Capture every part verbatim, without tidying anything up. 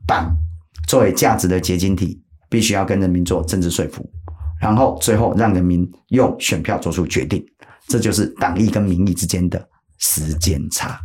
党作为价值的结晶体，必须要跟人民做政治说服，然后最后让人民用选票做出决定，这就是党意跟民意之间的时间差。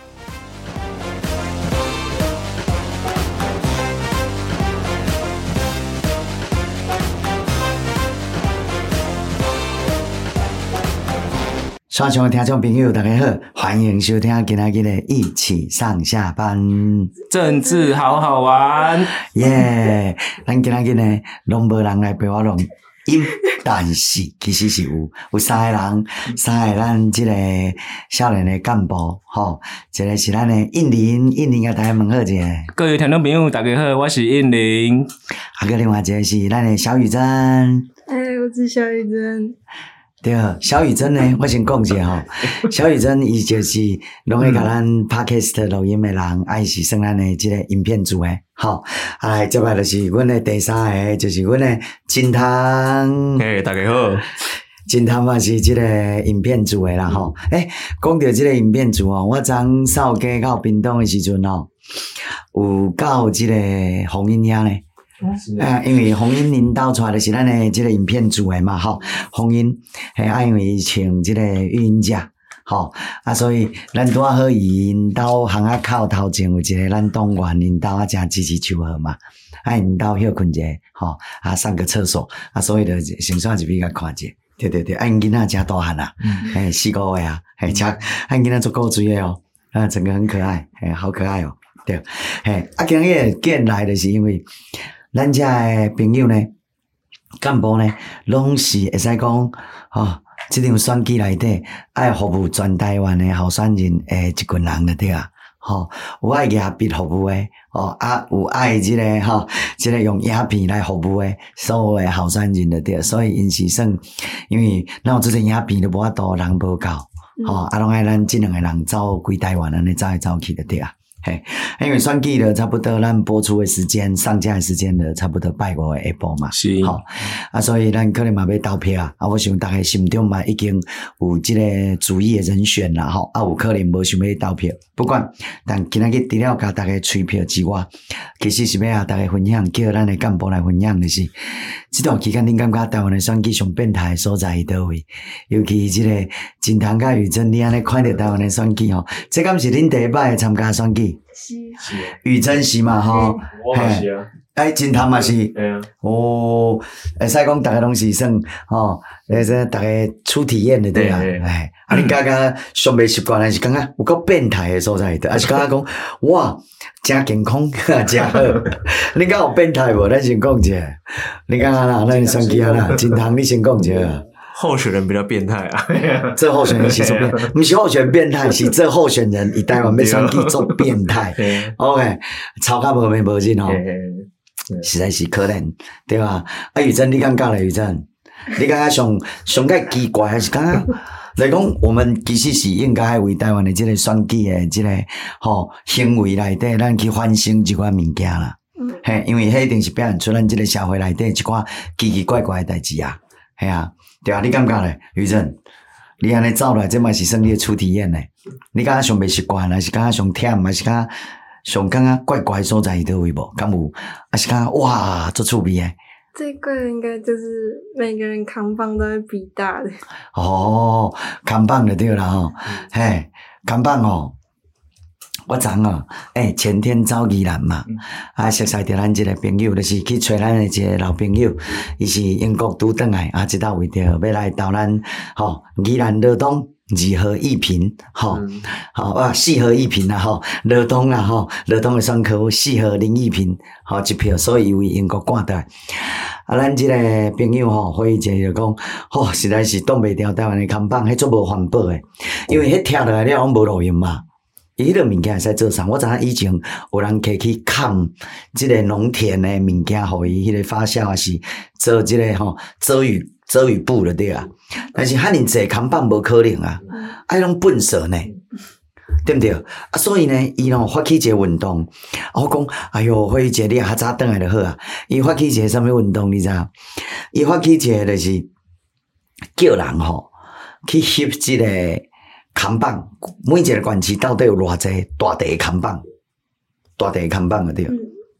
线上的听众朋友大家好，欢迎收听今仔日的一起上下班， 政治好好玩耶！ Yeah, 咱今仔日呢拢无人来陪我录音，但是其实是有有三个人，三个咱即个少年的干部吼，一个是咱的印林，印林甲大家问好者。 各位听众朋友大家好，我是印林。 啊，个另外一个是咱的小雨珍。 哎，我是小雨珍。 对，小雨珍呢，我先讲一下吼。小雨珍伊就是拢会甲咱 Podcast 录音的人，啊，伊是算咱的即个影片组诶，吼。啊，来接下来就是阮的第三个，就是阮的金汤。 嘿，大家好。 金汤嘛是即个影片组诶啦，吼。诶，讲到即个影片组哦，我昨扫街到屏东诶时阵哦，有到即个洪英遐呢。啊，因为洪英领导出来的是咱的这个影片组的嘛，吼，洪英，嘿，啊，因为请这个育婴假，吼，啊，所以咱拄好伊因兜巷仔口头前有一个咱党员因兜啊正支持祝贺嘛，啊，因兜休困者，吼，啊，上个厕所，啊，所以就先煞入去甲看者，对对对，啊，因囡仔真大汉啊，嘿，四个月啊，嘿，吃，啊，因囡仔足够水的哦，啊，整个很可爱，嘿，好可爱哦，对，嘿，啊，今日既然来就是因为。咱遮诶朋友呢，干部呢，拢是会使讲，吼、哦，即场选举内底爱服务全台湾诶候选人诶一群人就对啊，吼、哦，有爱亚庇服务诶，哦啊有爱即、這个吼，即、這个用鸦片来服务诶所有诶候选人就对，所以因是算，因为咱有即个鸦片都无法度人无够，吼、哦，啊拢爱咱即两个人走规台湾安尼走来走去就对啊。嘿，因为选举的差不多，咱播出的时间、上架的时间的差不多拜五的下晡嘛， 是， 好、哦，啊，所以咱可能嘛要投票啊，啊，我想大家心中嘛已经有即个主意的人选啦，吼，啊，有可能无想要投票，不管，但今仔日除了甲大家催票之外，其实是要甲大家分享，叫咱的干部来分享的是，这段期间恁感觉台湾的选举上变态的所在伫倒位？尤其即个金堂甲雨珍，你安尼看着台湾的选举吼，这敢是恁第一摆参加选举？ 是是雨珍是嘛吼， 我嘛是啊， 哎，金堂嘛是， 哎呀， 哦，会使讲大家拢是算吼，诶，这大家初体验的对啊，哎，啊，你感觉上袂习惯，还是感觉有够变态的所在的，还是感觉讲哇，真健康，真好，你敢有变态无？咱先讲一下，你感觉啦，咱选举啊啦，金堂你先讲一下。 候选人比较变态啊， 这候选人是做变，不是候选人变态，是这候选人以台湾要选举做变态。OK， 吵甲无面无劲吼，实在是可怜，对吧？啊，雨珍，你感觉咧？雨珍，你感觉上上个奇怪还是感觉？来讲，我们其实是应该为台湾的这个选举的这个吼、哦、行为内底，咱去反省一寡物件啦。嗯，嘿，因为迄一定是表现出咱这个社会内底一寡奇奇怪怪的代志啊，系啊。对啊，你感觉咧，于正，你安尼走来，这嘛是算你的初体验咧。你感觉上袂习惯，还是感觉上忝，还是感觉上感觉怪怪所在伫倒位无？敢有？还是感觉哇，足趣味诶？ 最贵的应该就是每个人扛棒都会比大的。 哦，扛棒就对啦吼，嘿，扛棒哦。我昨哦，诶、欸，前天走宜兰嘛，啊，熟悉着咱即个朋友，就是去找咱的一个老朋友，伊是英国拄转来，啊，即搭为着要来到咱吼宜兰罗东二号一品，吼，吼、嗯、啊四号一品啦，吼罗东啦，吼罗东的选区四号零一品，吼一票，所以为英国赶倒来。啊，咱即个朋友吼，会议者就讲，吼、哦，实在是挡袂牢台湾的扛棒，迄足无环保诶，因为迄拆落来了，拢无路用嘛。伊迄个物件会使做啥？我知影以前有人摕去砍即个农田诶物件，互伊迄个发酵啊，是做即个吼遮雨遮雨布了对啊。但是遐尼济扛棒无可能啊，爱拢粪扫呢，对不对？啊，所以呢，伊咯发起一个运动，我讲，哎哟，发起一个你较早转来就好啊。伊发起一个啥物运动？你知影？伊发起一个就是叫人吼去翕即个。扛棒，每一个县市到底有偌济大地扛棒？大地扛棒啊对。嗯、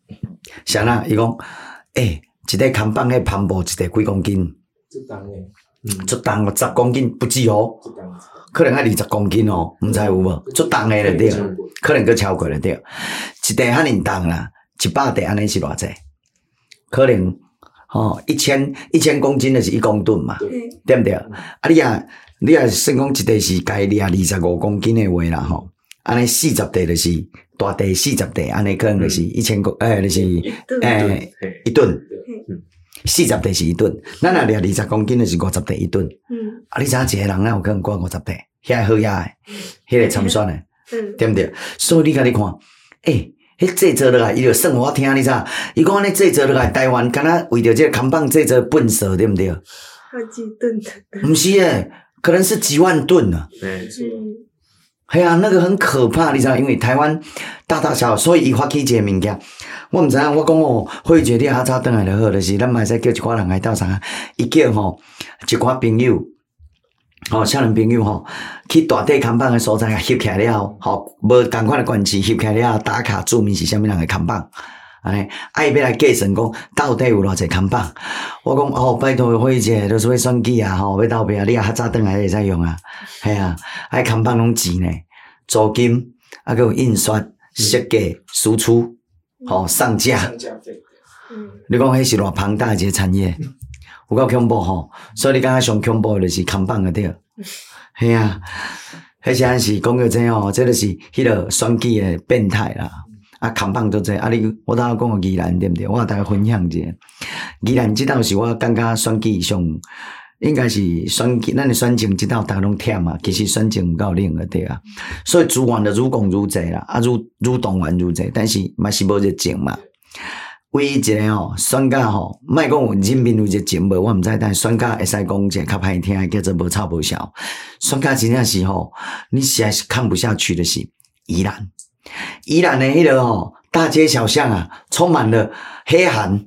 啥啦？伊讲，诶、欸，一个扛棒迄帆布一个几公斤？ 足重诶， 嗯，足重哦，十公斤不止哦，可能要二十公斤哦，毋知有无？足重诶就对，可能佫超过就对。一袋遐尼重啦，一百袋安尼是偌济？可能吼一千一千公斤就是一公吨嘛，对毋对？啊，你啊你啊算讲一袋是家掠二十五公斤诶话啦吼，安尼四十袋就是大袋四十袋，安尼可能就是一千公诶，就是诶一吨。四十袋是一吨，咱若掠二十公斤就是五十袋一吨。嗯，啊，你知影一个人哪有可能挂五十袋？遐好野诶，迄个参选诶，嗯，对毋对？所以你甲你看，诶、欸，迄制作落来，伊就算我听你知？伊讲安尼制作落来，台湾敢若为着这个扛棒制作笨蛇，对毋对？ 好几吨的。 毋是诶，可能是几万吨啊。 嗯。 系啊，那个很可怕，你知道？因为台湾大大小小，所以伊发起一个物件，我毋知影。我讲哦，慧姐你较早转来就好，就是咱嘛使叫一寡人来斗相，伊叫吼一寡朋友，吼少年朋友吼，去大地扛棒的所在翕起来了，吼无同款的关系翕起来了，打卡注明是啥物人的扛棒。安尼，啊伊要来计算讲到底有偌济扛棒，我讲哦，拜托慧姐，都是要选举啊，吼要投票，你啊较早转来会使用啊，系啊，啊扛棒拢钱呢，租金，啊个有印刷、设计、输出，吼、哦、上架，嗯，你讲迄是偌庞大一个产业，有够恐怖吼，所以你感觉上恐怖的就是扛棒个对，系啊，迄阵是讲到这吼，这就是迄个选举的变态啦。啊，扛棒都这啊！你我头讲个宜兰对不对？我甲大家分享一下，宜兰这道是我感觉选举上应该是选举，咱的选情这道大家拢忝啊，其实选情毋够冷个对啊，所以资源就愈讲愈济啦，啊，愈愈动员愈济，但是嘛是无热情嘛。唯一一个吼选举吼，莫讲有人民有热情无，我毋知，但选举会使讲一个较歹听，叫做无臭无潲。选举真正是吼，你实在是看不下去的是宜兰。宜兰的迄个吼大街小巷啊，充满了黑函。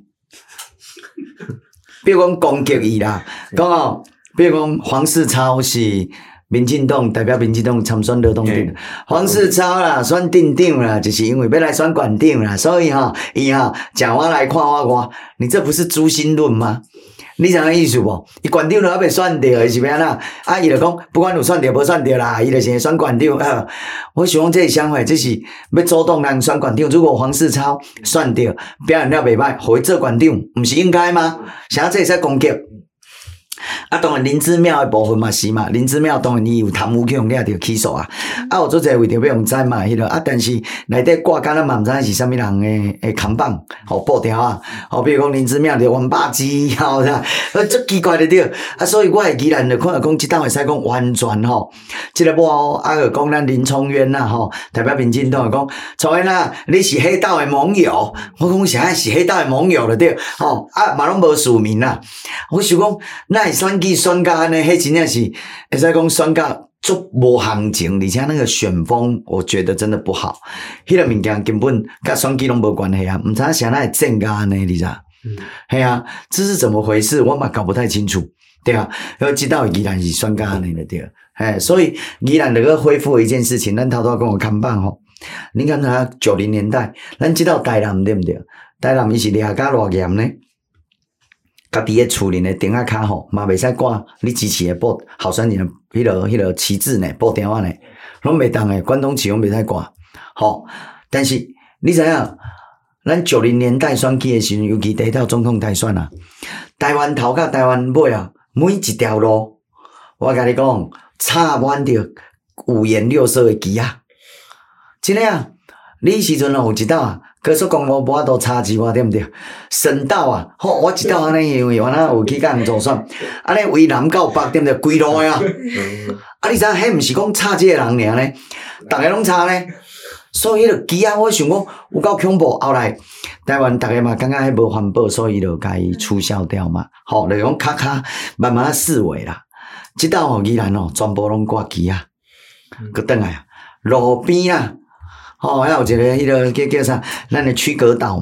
比如讲攻击伊啦，讲哦，比如讲黄世超是民进党代表民进党参选劳动党，黄世超啦选镇长啦，就是因为要来选县长啦，所以吼伊吼叫我来看我我，你这不是诛心论吗？你知影意思无？伊县长都还未选着，是要安怎？啊，伊就讲不管有选着无选着啦，伊就是选县长。啊，我想讲这是啥货？这是要主动人选县长。如果黄世超选着，表现了袂歹，互伊做县长，毋是应该吗？啥这会使攻击？啊，当然林姿妙的部分嘛是嘛，林姿妙当然伊有贪污去用掠着起诉啊。啊，有做者为着要用知嘛，迄个啊，但是内底挂干咱嘛毋知是啥物人诶诶扛棒，吼布条啊，吼比如讲林姿妙着王八鸡，吼啥，呃，足奇怪的对。啊，所以我会依然就看到讲，即档会使讲完全吼，即、这个某啊个讲咱林聪渊呐吼，代表民进党讲，聪渊啊，你是黑道的盟友，我讲啥是黑道的盟友了对，吼啊嘛拢无署名啦，我想讲，那选举选到安尼，迄真正是会使讲选到足无行情，而且那个选风，我觉得真的不好。迄、那个物件根本甲选举拢无关系啊，毋知影啥来正甲安尼，你知道？系、嗯、啊，这是怎么回事？我嘛搞不太清楚，对啊。要知道宜兰是选甲安尼的对，嘿，所以宜兰那个恢复一件事情，咱头头讲我看板吼，你看他九零年代，咱知道台南对不对？台南伊是掠甲偌严呢？家己诶厝里的顶仔骹吼，嘛袂使挂你支持诶布候选人诶迄落迄落旗帜呢，布条仔呢，拢袂当诶，关东旗拢袂使挂。吼，但是你知影，咱九零年代选举诶时阵，尤其第一套总统大选啊，台湾头甲台湾尾啊，每一条路，我甲你讲，插满着五颜六色诶旗啊，真诶啊！你时阵哦有一道啊。高速公路无法度插旗，对毋对？省道啊，吼，我一道安尼，因为我那有去甲人助选，安尼为南到北，对毋对？规路啊，啊，你知影，迄毋是讲插这个人尔呢，逐个拢插呢，所以迄个旗啊，我想讲有够恐怖。后来台湾逐个嘛，感觉迄无环保，所以就甲伊取消掉嘛，吼，就讲卡卡慢慢四维啦。即道吼宜兰哦，全部拢挂旗啊，佮转来啊，路边啊。哦，还有一个迄个叫叫啥？咱的区隔岛嘛，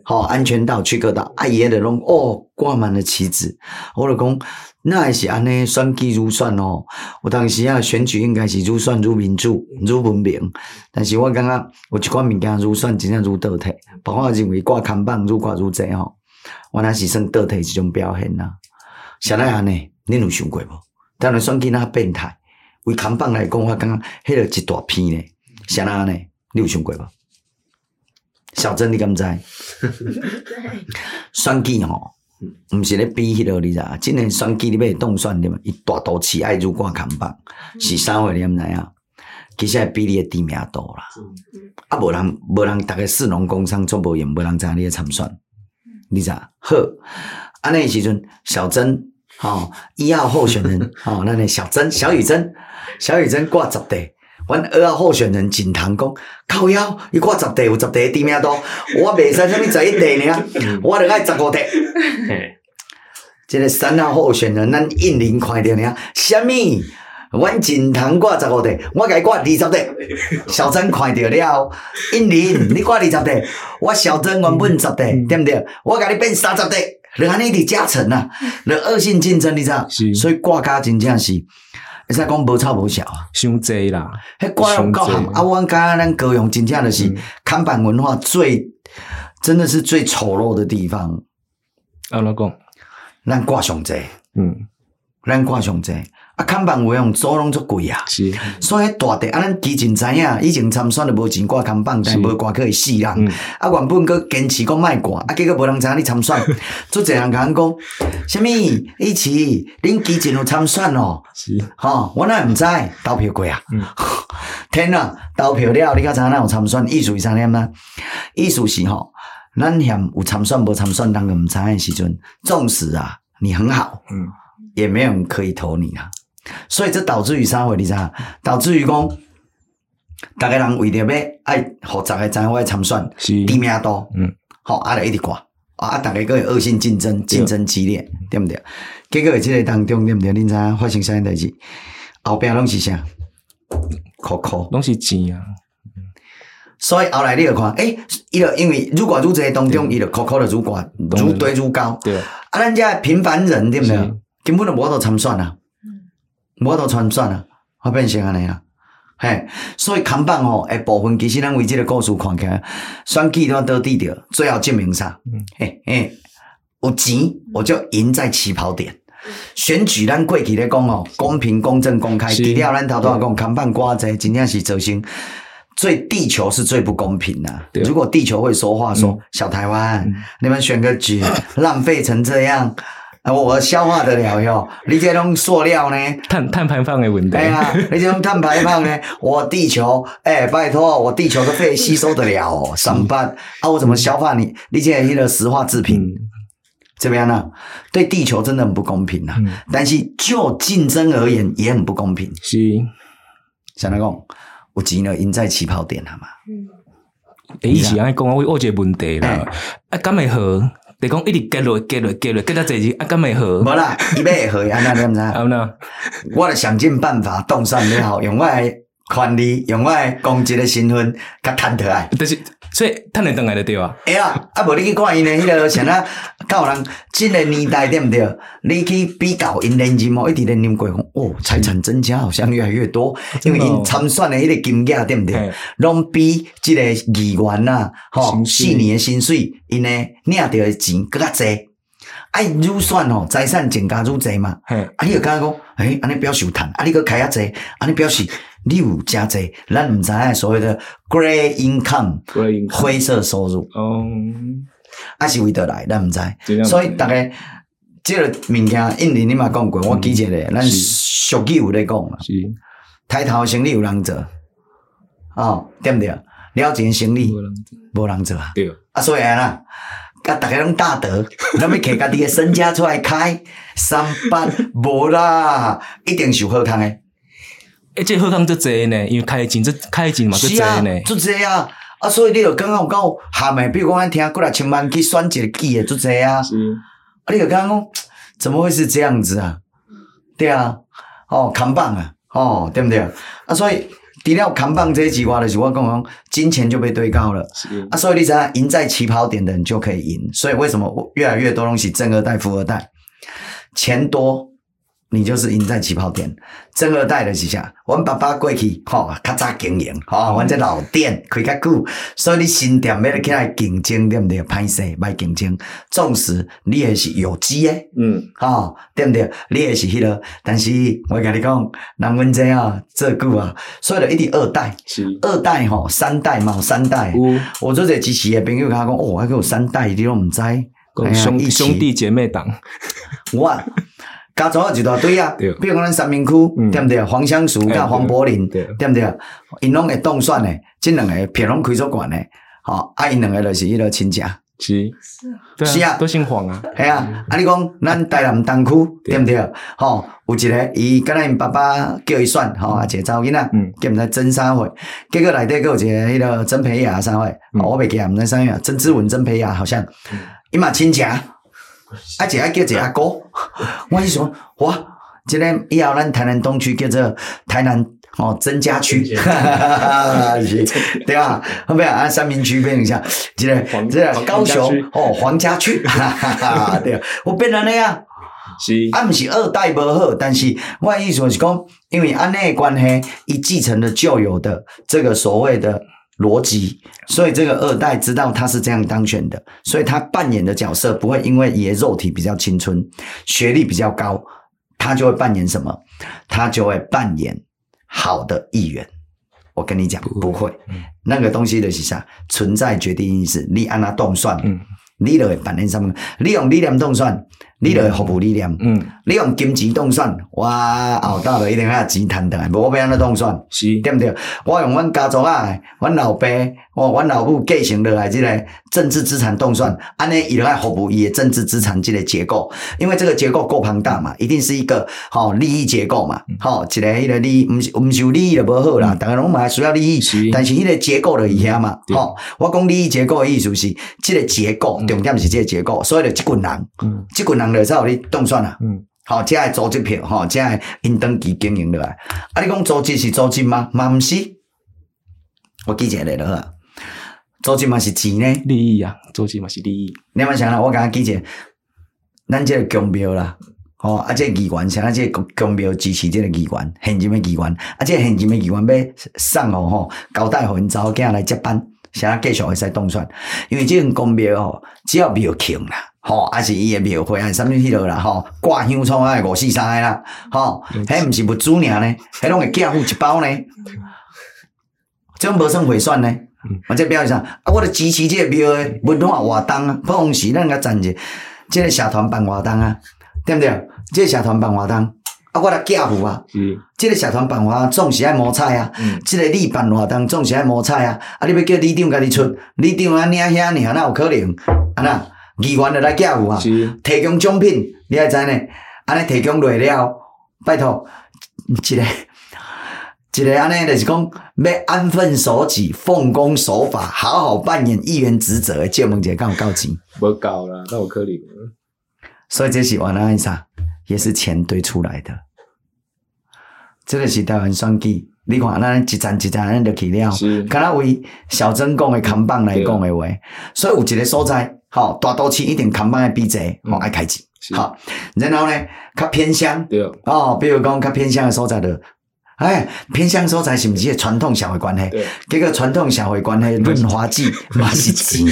吼、哦、安全岛、区隔岛，啊伊迄个拢哦挂满了旗帜，我就讲。那也是安尼选举如选哦，有当时啊选举应该是如选如民主、如文明，但是我感觉有一款物件如选真正如倒退，包括我认为挂看板如挂如济吼，我那是算倒退一种表现啦。啥来安尼？恁有想过无？当然选举那变态，为看板来讲，我感觉迄个一大片呢。啥来安尼？你有想过无？小珍，你敢知？选举吼。毋是咧比迄落，你知影？真诶选举你要当选对嘛？伊大都市爱如挂看板，是啥货你毋知影？其实系比你诶知名度啦。啊，无人无人，逐个市农工商做无用，无人知影你咧参选，你知影？好，安尼时阵，小珍吼一号候选人吼，咱诶小珍小雨珍，小雨珍挂十地。阮二号候选人锦堂讲靠腰，伊挂十地有十地知名度，我袂使啥物十一地尔，我著爱十五地。这个三号候选人，咱印林看着尔，啥物？阮锦堂挂十五地，我甲伊挂二十地。小珍看着了，印林你挂二十地，我小珍原本十地，对毋对？我甲你变三十地，就安尼伫加成啊，就恶性竞争，你知影？所以挂价真正是。会使讲无臭无效啊， 伤济啦， 迄挂了够含啊！我感觉咱高雄真正就是看板文化最，真的是最丑陋的地方。 安怎讲？ 咱挂上济，嗯，咱挂上济啊！看板话用租拢足贵啊， 是， 所以大地啊，咱基前知影，以前参选就无钱挂看板，但无挂可以死人。嗯、啊，原本佮坚持讲卖挂，啊，结果无人知影你参选，足侪人甲咱讲，啥物？以前恁基前有参选哦， 是， 吼、哦，我哪毋知投票过啊？嗯、天啊，投票了，你较知影咱有参选，意思是啥念呢？意思是吼，咱嫌有参选无参选，人个毋知影的时阵，纵使啊你很好，嗯，也没有人可以投你啊。所以这导致于啥货？你知影？导致于讲，逐个人为着要爱，互逐个知影我参选，知名度，嗯，好，啊，就一直挂，啊，逐个个恶性竞争，竞争激烈，对不对？结果这个当中，对不对？恁知影发生啥代志？后壁拢是啥？苦苦， 拢是钱啊。 所以后来你就看，诶，伊就因为愈挂愈济当中，伊就苦苦就愈挂愈堆愈高。对，啊，咱这平凡人，对不对？根本就无法度参选啊。无都参选啊，我变成安尼啦，嘿，所以看板吼，诶部分其实咱为这个故事看起来，选举都要得地着，最后证明啥？嗯、嘿嘿，有钱我就赢在起跑点。选举咱过去咧讲哦，公平、公正、公开，除了咱头拄讲看板挂在，真正是造成最地球是最不公平的、啊。如果地球会说话说，说、嗯、小台湾，嗯、你们选个举浪费成这样。啊，我消化得了哟！你这种塑料呢？ 碳碳排放的问题。 哎呀，你这种碳排放呢？我地球，哎、欸，拜托，我地球的肺吸收得了哦，上班啊，我怎么消化你？你这一个石化制品，嗯、怎么样呢？对地球真的很不公平啊！嗯、但是就竞争而言，也很不公平。 是， 像那讲，有钱了，赢在起跑点了嘛。 嗯，第一是安尼讲，我我一个问题啦，欸、啊，敢会好？你讲一直结落结落结落，结到这时啊，敢会好？ 无啦，伊要会好，安那你毋知？安那，我就想尽办法动算了，用我的权利，用我的公职的身份，甲赚回来。 但是，所以赚得回来就对啊。 哎呀，啊无你去看因的迄个像啊，较有人这个年代对不对？你去比较因年金哦，一直年金过讲，哦，财产增加好像越来越多，因为因参选的迄个金额对不对？拢比这个议员呐，吼，四年的薪水，因呢领到的钱更加济。啊，愈选吼，财产增加愈济嘛。啊，你就感觉讲，诶，安尼表示有赚，啊，你搁开遐济，安尼表示你有真济，咱毋知影所谓的 grey income， 灰色收入。哦。啊是为倒来，咱毋知，所以大家即个物件，印尼你嘛讲过，我记一个，咱俗语有咧讲嘛，抬头生意有人做，哦，对毋对？了钱生意无人做啊，对，啊所以安那，甲大家拢大德，咱要摕家己的身家出来开上班，无啦，一定是有好康诶。 诶，这好康足济呢，因为开钱这开钱嘛足济呢， 足济啊。啊，所以你就刚刚有讲含诶，比如讲咱听几来千万去选一个记诶，足济啊。是。啊，你就刚刚讲，怎么会是这样子啊？对啊，哦，扛棒啊，哦，对不对？啊，所以除了扛棒这一之外，就是我讲讲，金钱就被堆高了啊，所以你知道赢在起跑点的人就可以赢。所以为什么越来越多东西正二代、富二代，钱多，你就是赢在起跑点。正二代就是啥？阮爸爸过去吼，较早经营吼，阮这老店开较久，所以你新店要起来竞争，对不对？歹势，歹竞争。纵使你也是有机诶，嗯，吼，对不对？你也是迄、那个，但是我跟你讲，人阮这啊，这久啊，所以就一直二代，是二代吼，三代嘛，三代。有我做这支持的朋友，他讲哦，还有三代，你都唔知。 兄兄弟姐妹档， 我。家族有一大堆啊，比如讲咱三明区，嗯、对不对？黄香树甲黄柏林，对, 对不对？因拢会当选诶，这两个票拢开足悬诶，吼、哦，啊，因两个就是迄个亲戚， 是是啊，是啊，都姓黄啊， 系啊，啊，你讲咱台南东区，对不对？吼、哦，有一个伊，敢若因爸爸叫伊选，吼、哦，啊，一个查某囡仔，嗯，叫毋知曾啥货，结果内底佫有一个迄个曾培雅啥货，嗯、我袂记啊，毋知啥物，曾之文、曾培雅好像，伊嘛亲戚。啊，一个叫一个阿哥，我意思说，哇，这个以后咱台南东区叫做台南哦曾家区，是，对吧？后面啊三明区变成像这个这个高雄哦黄家区，对，我变成那样。是，啊，毋是二代无好，但是我的意思是讲，因为安内的关系，伊继承了旧有的这个所谓的。逻辑，所以这个二代知道他是这样当选的，所以他扮演的角色不会因为爷肉体比较青春，学历比较高，他就会扮演什么？他就会扮演好的议员。我跟你讲，不会，那个东西就是啥？存在决定因子，你按他动算，嗯、你就会扮演什么？你用理念动算。你就会服务理念，嗯，你用金钱动算，我后到了一定要钱赚回来，无我要安怎动算，是对不对？我用阮家族啊，阮老爸，我阮老母继承落来这个政治资产动算，安尼伊就爱服务伊的政治资产这个结构，因为这个结构够庞大嘛，一定是一个吼、哦、利益结构嘛，吼、哦、一个迄个利益，毋是毋是有利益就无好啦，大家拢嘛需要利益，但是迄个结构就伊遐嘛，吼、哦，我讲利益结构的意思是，这个结构重点是这个结构，所以就一群人，嗯，这群人。就才有你动算啊，嗯，好，这系组织票，吼，这系因登记经营落来。啊，你讲组织是组织吗？嘛毋是，我记一个了啊，组织嘛是钱呢， 利益啊，组织嘛是利益。 你莫想啦，我甲你记一个，咱这个公庙啦，吼、哦，啊，这个议员，像咱这个公庙支持这个议员，现任的议员，啊，这个现任的议员要送哦吼，交代互因查某囝来接班，啥继续会使动算，因为这个公庙吼，只要庙庆啦。吼，还是伊诶庙会，还是啥物迄落啦？吼，挂香葱啊，五四三个啦，吼，迄毋是物主尔呢，迄拢会寄付一包呢，这种无算回算呢。啊，这表示啥？啊，我著支持这个庙诶文化活动啊，同时咱甲赞者，这个社团办活动啊，对不对？这个社团办活动，啊，我来寄付啊。嗯。这个社团办活动总是爱摸彩啊，嗯。这个你办活动总是爱摸彩啊，啊，你要叫里长家己出，里长啊领遐尔，哪有可能？啊那。议员就来寄付啊，提供奖品，你还知呢？安尼提供落了，拜托，一个一个安尼就是讲，要安分守己、奉公守法，好好扮演议员职责的，借问者敢有够钱？ 无够啦，那有可能。 所以这是原来啥，也是钱堆出来的。这个是台湾选举，你看咱一站一站安尼就去了，敢若为小曾讲的扛棒来讲的话，所以有一个所在。好，大都市一定看板的比这，哦，爱开钱。好，然后呢，较偏乡，对哦，比如讲较偏乡的所在的，哎，偏乡所在是毋是传统社会关系？对，这个传统社会关系润滑剂嘛是钱。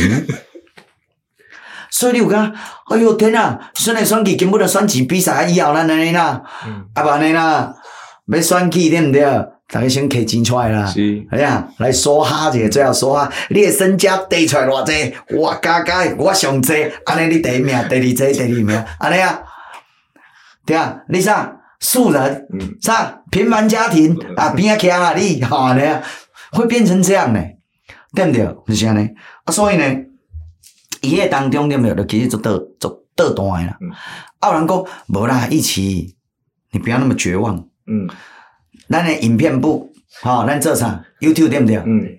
所以你有讲，哎呦天啊，选来选去根本就选钱比赛，以后咱安尼啦，啊不安尼啦，要选举对毋对？大家先摕钱出来啦，是，哎呀，来梭哈者，最后梭哈，你的身家地出来偌济，我加加我上济，安尼你第一名，第二济，第二名，安尼啊，对啊，你啥素人，嗯，啥平凡家庭啊，边仔徛啊你，吼安尼啊，会变成这样呢，对不对？就是安尼，啊，所以呢，伊迄当中对不对？就其实就倒就倒断啦，啊，有人讲无啦，一起，你不要那么绝望，嗯。咱的影片部，吼、哦，咱做啥 ？YouTube 对不对？嗯。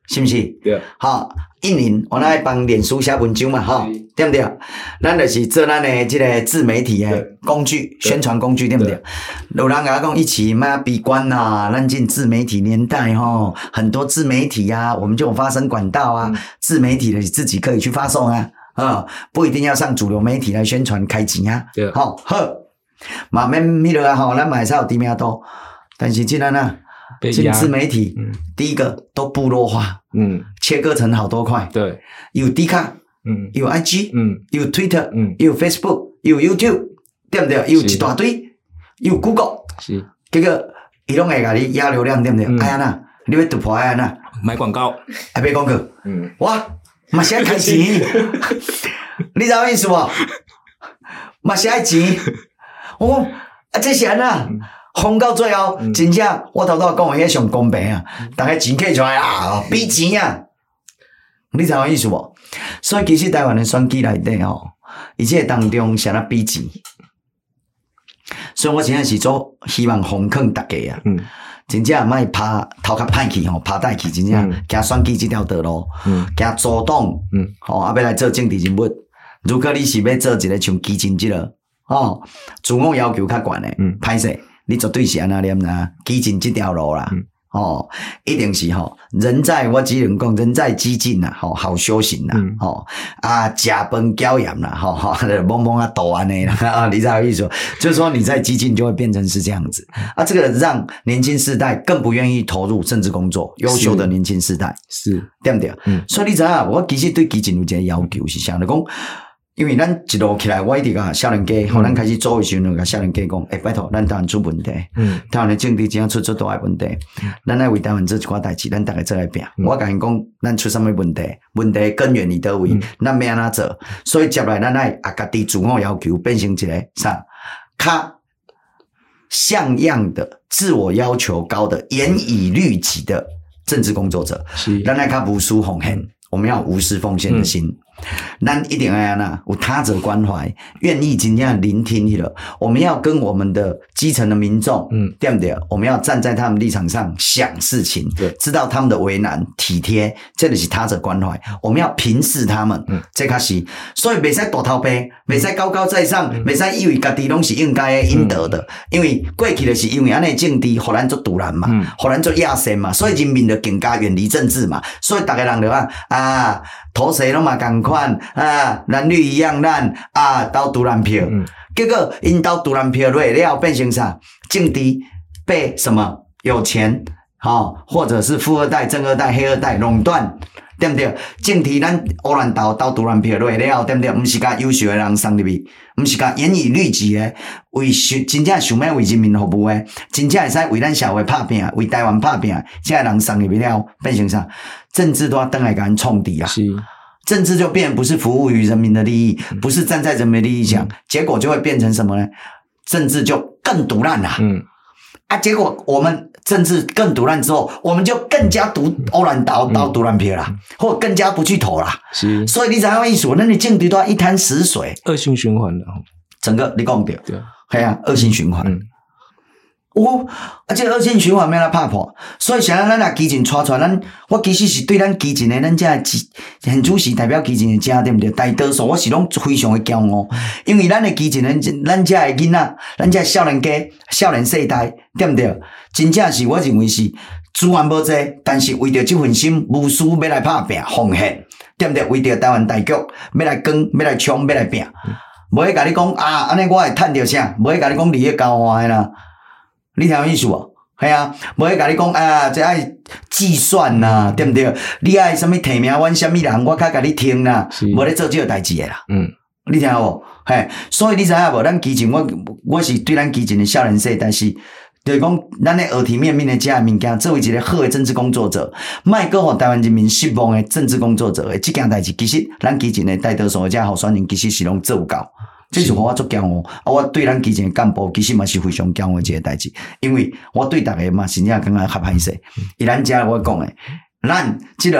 是不是？ 对。 好，印尼我来帮脸书写文章嘛，哈，对不对？咱就是做咱的这个自媒体的工具，宣传工具，对不对？有人甲我讲一起嘛闭关呐，咱进自媒体年代哈，很多自媒体啊，我们就有发声管道啊，嗯、自媒体的自己可以去发送啊，啊、嗯，不一定要上主流媒体来宣传开钱啊， 对， 好，好，嘛免迄落啊，吼，咱嘛会使有知名度，但是既然呢。进自媒体、嗯，第一个都部落化，嗯，切割成好多块， 对， 有 D 卡， 嗯， 有 I G， 嗯， 有 Twitter， 嗯， 有 Facebook， 有 YouTube， 对不对？有一大堆，有 Google， 是， 结果伊拢会甲你压流量，对不对？嗯、哎呀呐，你要突破哎呀呐， 买广告， 还买广告，嗯，哇，嘛是爱开钱，你知道意思无？嘛是爱钱，哦，啊，这是安呐。嗯红到最后，嗯、真正我头头讲的迄上公平啊，大家钱摕出来啊，比钱啊，你知影意思无？所以其实台湾的选举内底吼，伊这当中是安那比钱，所以我真正是做希望奉劝大家啊，嗯、真正莫拍头壳歹去吼，拍歹去真正行选举这条道路，嗯、行阻挡，嗯，吼、啊，要来做政治人物。如果你是要做一个像基金这个，哦，自我要求较悬的，歹势。你绝对是安那念啦，基进这条路啦，嗯、哦，一定是吼，人在我只能讲人在激进啦，吼，好修行啦，嗯、吼啊，食饭骄盐啦，吼吼，懵懵啊抖安尼啦，啊，你知道意思？就是说你在激进就会变成是这样子啊，这个让年轻世代更不愿意投入政治工作，优秀的年轻世代是对不对？嗯，所以你知影，我其实对基进有一个要求是啥？就讲。因为咱一路起来，我一直甲少年家，吼、嗯，咱开始做的时候，甲少年家讲，诶、欸，拜托，咱台湾出问题，嗯，台湾的政治真正出出大问题，嗯、咱来为台湾做一寡代志，咱大家做来拼。嗯、我甲因讲，咱出什么问题？问题根源伫倒位？嗯、咱要安怎做？所以接来咱来啊，家己自我要求变成一个啥？较像样的、自我要求高的、严以律己的政治工作者，是，咱来较无私奉献，我们要无私奉献的心。嗯咱一定要安那有他者关怀，愿意真正聆听去了。我们要跟我们的基层的民众，嗯，对不对？我们要站在他们立场上想事情，对，知道他们的为难，体贴，这就是他者关怀。我们要平视他们，嗯，这开始，所以袂使大头杯，袂使高高在上，袂使、嗯、以为家己拢是应该的、应得的。嗯、因为过去就是因为安尼政治，互咱做突然嘛，嗯，互咱做亚线嘛，所以人民就更加远离政治嘛，所以大家人就啊啊。投谁拢嘛同款啊，蓝绿一样烂啊，投独蓝票，嗯、结果因投独蓝票落了变成啥？政治被什么有钱，哦，或者是富二代、正二代、黑二代垄断，对不对？政治咱乌兰投投独蓝票落了，对不对？毋是甲优秀的人送入去，毋是甲严以律己的，为真正想要为人民服务的，真正会使为咱社会拍拼，为台湾拍拼，这个人送入去了，变成啥？政治都要登来给人冲敌啊！是，政治就变不是服务于人民的利益，嗯、不是站在人民的利益讲，嗯、结果就会变成什么呢？政治就更毒烂啦！嗯，啊，结果我们政治更毒烂之后，我们就更加毒欧兰岛到毒烂票啦，嗯、或更加不去投啦。是，所以你知道意思？那你政治都要一滩死水， 恶性循环了。 整个你讲对，对，系啊，恶性循环。嗯有，啊，这个恶性循环要来拍破，所以想要咱若基进带出来，咱我其实是对咱基进的咱这现主席代表基进的家，对不对？大多数我是拢非常的骄傲，因为咱的基进的咱这的囡仔，咱这少年家、少年世代，对不对？真正是我认为是资源无济，但是为着这份心，无私要来拍拼、奉献，对不对？为着台湾大局要来攻、要来冲、要来拼，无会甲你讲啊，安尼我会趁着啥？无会甲你讲利益交换的啦。你听有意思无？系啊，无会甲你讲啊，这爱计算呐，对不对？你爱什么提名阮什么人，我较甲你听啦，无咧做这个代志的啦。嗯，你听无？嘿，所以你知影无？咱基进，我我是对咱基进的少年世代是，就是讲咱咧耳提面命的这物件，作为一个好的政治工作者，莫阁互台湾人民失望的政治工作者的这件代志，其实咱基进的大多数的这候选人，其实是拢做有够。这是我足骄傲，啊！我对咱基进的干部其实嘛是非常骄傲的一个代志，因为我对大家嘛真正感觉较歹势。以咱遮我讲诶，咱即个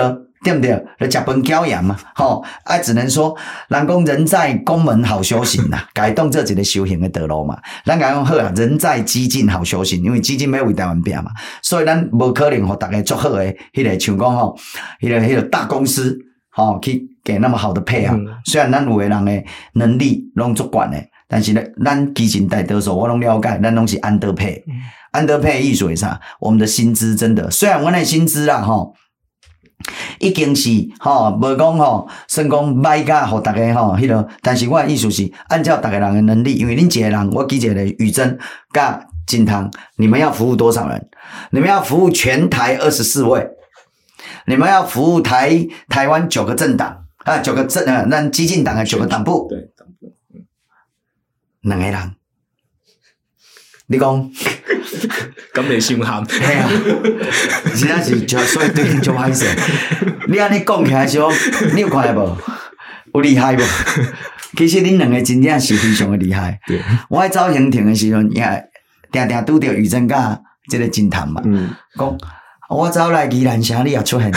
对不对？就食饭骄盐嘛，吼、哦，啊，只能说，人讲人在宫门好修行呐，该当做一个修行的道路嘛。咱讲好啊，人在基进好修行，因为基进要为台湾拼嘛，所以咱无可能互大家足好诶，迄、那个像讲吼，迄、那个迄、那个大公司吼、哦、去给那么好的配啊。嗯、虽然咱有诶人诶能力拢足悬诶，但是咧，咱基进大多数我拢了解，咱拢是安德配，嗯、安德配的意思是啥？我们的薪资真的，虽然我那薪资啦吼。已经是吼，无讲吼，算讲歹甲互大家吼，迄个，但是我的意思是按照大家人的能力，因为恁一个人，我记一个宇珍甲金汤，你们要服务多少人？你们要服务全台二十四位，你们要服务台台湾九个政党啊，九个政呃，咱基进党的九个党部， 对党部，嗯， 两个人，你讲。 咁你心寒， 系啊，真正是就所以对你就歹势。你安尼讲起来时候，你有看无？有厉害无？其实恁两个真正是非常的厉害。 对， 我喺走行程的时阵，也定定拄着宇珍甲即个金谈嘛， 嗯， 讲我走来宜兰城，你也出现。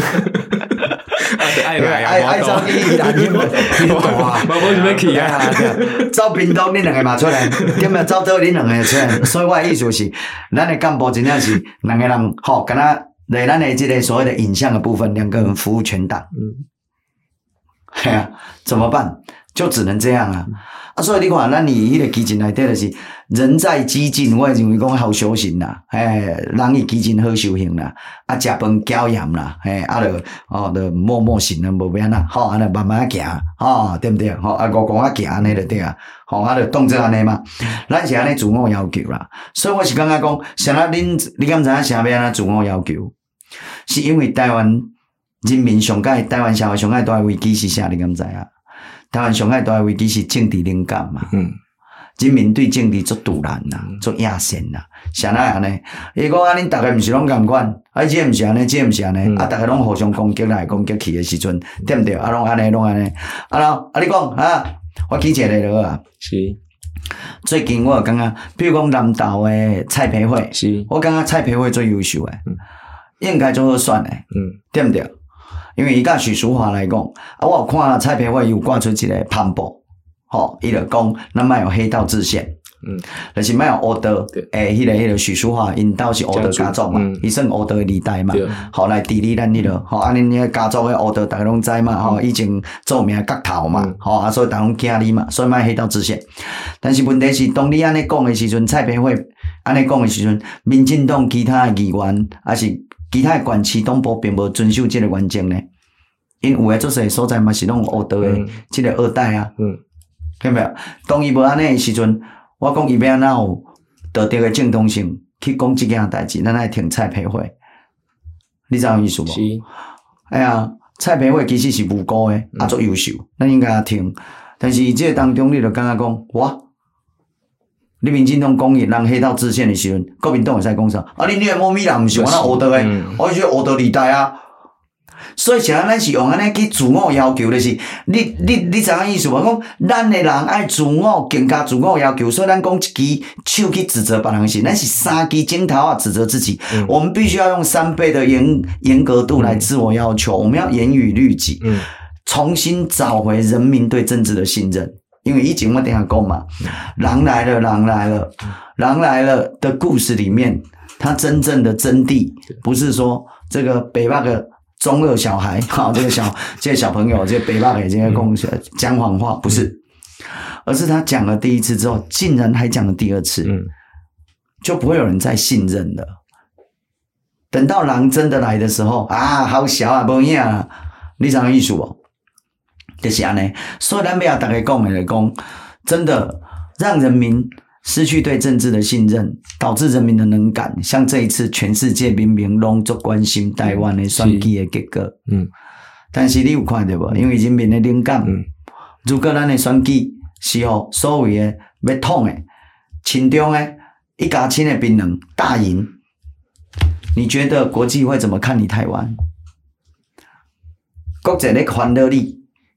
爱来啊！ 爱爱走去宜兰，你们你大啊！ 无无想要去啊！ 走屏东，恁两个嘛出来，对嘛？走倒恁两个出来，所以我的意思是，咱的干部真正是两个人，吼，跟他在咱的这个所谓的影像的部分，两个人服务全党。嗯，系啊，怎么办？就只能这样啊！啊，所以你看，咱以迄个基进内底就是人在基进，我认为讲好修行啦，嘿，人以基进好修行啦，啊，食饭骄盐啦，嘿，啊，就哦，就默默行啦，无变啦，吼，啊，就慢慢行，吼，对不对？吼，啊，五公啊行安尼就对啊，吼，啊，就当作安尼嘛，咱是安尼自我要求啦，所以我是感觉讲，像咱恁，你敢知影啥要安怎自我要求？是因为台湾人民上界，台湾社会上界大危机是啥？你敢知影？台湾上海大危机是政治冷感嘛，嗯，人民对政治足突然啦，足野心啦，啥那安尼？伊讲啊，恁大家毋是拢共款，啊，这毋是安尼，这毋是安尼，嗯、啊，大家拢互相攻击来攻击去的时阵，对毋对？啊，拢安尼，拢安尼，啊，咯，啊，你讲啊，我举一个就好啊。 是。 最近我有感觉，比如讲南投的蔡培慧， 是， 我感觉蔡培慧最优秀诶，嗯、应该做好选诶，嗯，对毋对？因为伊甲许淑华来讲，啊，我有看蔡培慧有挂出一个潘布，吼，伊就讲咱莫有黑道制宪，嗯，就是莫有乌道，诶，迄个迄个许淑华因兜是乌道家族嘛，伊算乌道诶二代嘛，吼来治理咱迄个，吼，安尼迄个家族诶乌道大家拢知嘛，吼，以前著名角头嘛，吼，啊，所以大家拢惊你嘛，所以莫黑道制宪。但是问题是，当你安尼讲诶时阵，蔡培慧安尼讲诶时阵，民进党其他诶议员还是。其他县市党部并无遵守这个原则呢，因有诶做些所在嘛是拢乌道诶，这个二代啊，嗯，听没有？当伊无安尼诶时阵，我讲伊要安怎有道德诶正当性去讲即件代志，咱爱听蔡培慧，你知影意思无？ 是， 哎呀，蔡培慧其实是无辜诶，啊，足优秀，咱应该听。但是这个当中，你就感觉讲，哇！你民进党讲伊人黑道制宪的时阵，国民党会使讲啥？啊，你你个猫咪人毋是我那乌道诶，我是乌道二代啊。所以像咱是用安尼去自我要求，就是你你你知影意思无？讲咱诶人爱自我更加自我要求，所以咱讲一支手去指责别人时，咱是三支镜头啊指责自己。嗯、我们必须要用三倍的严严格度来自我要求，我们要严于律己，嗯、重新找回人民对政治的信任。因为以前我等下讲嘛，狼来了，狼来了，狼来了的故事里面，它真正的真谛不是说这个北霸的中二小孩，哈，这个小这个小朋友，这个北霸的这个公讲谎话，不是，而是他讲了第一次之后，竟然还讲了第二次，嗯，就不会有人再信任了。等到狼真的来的时候，啊，好小啊，无影啊，你知道意思无？就是安尼，所以咱要大家讲的来讲，真的让人民失去对政治的信任，导致人民的冷感。像这一次，全世界民民拢足关心台湾的选举的结果。嗯，但是你有看到无？因为人民的冷感，嗯、如果咱的选举是互所谓的要统的、亲中的、一家亲的槟榔大赢，你觉得国际会怎么看你台湾？国际咧欢乐你？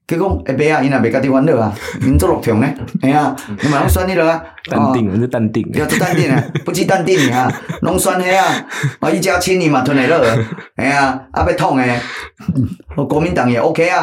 佮讲下伯啊，因若袂家己烦恼啊，因做落票呢，哎呀，你嘛拢选迄落啊， 淡定，是淡定， 要做淡定啊，不止淡定啊，拢选迄啊，啊，一家亲你嘛吞会落，哎呀，啊要统诶，国民党也 OK 啊。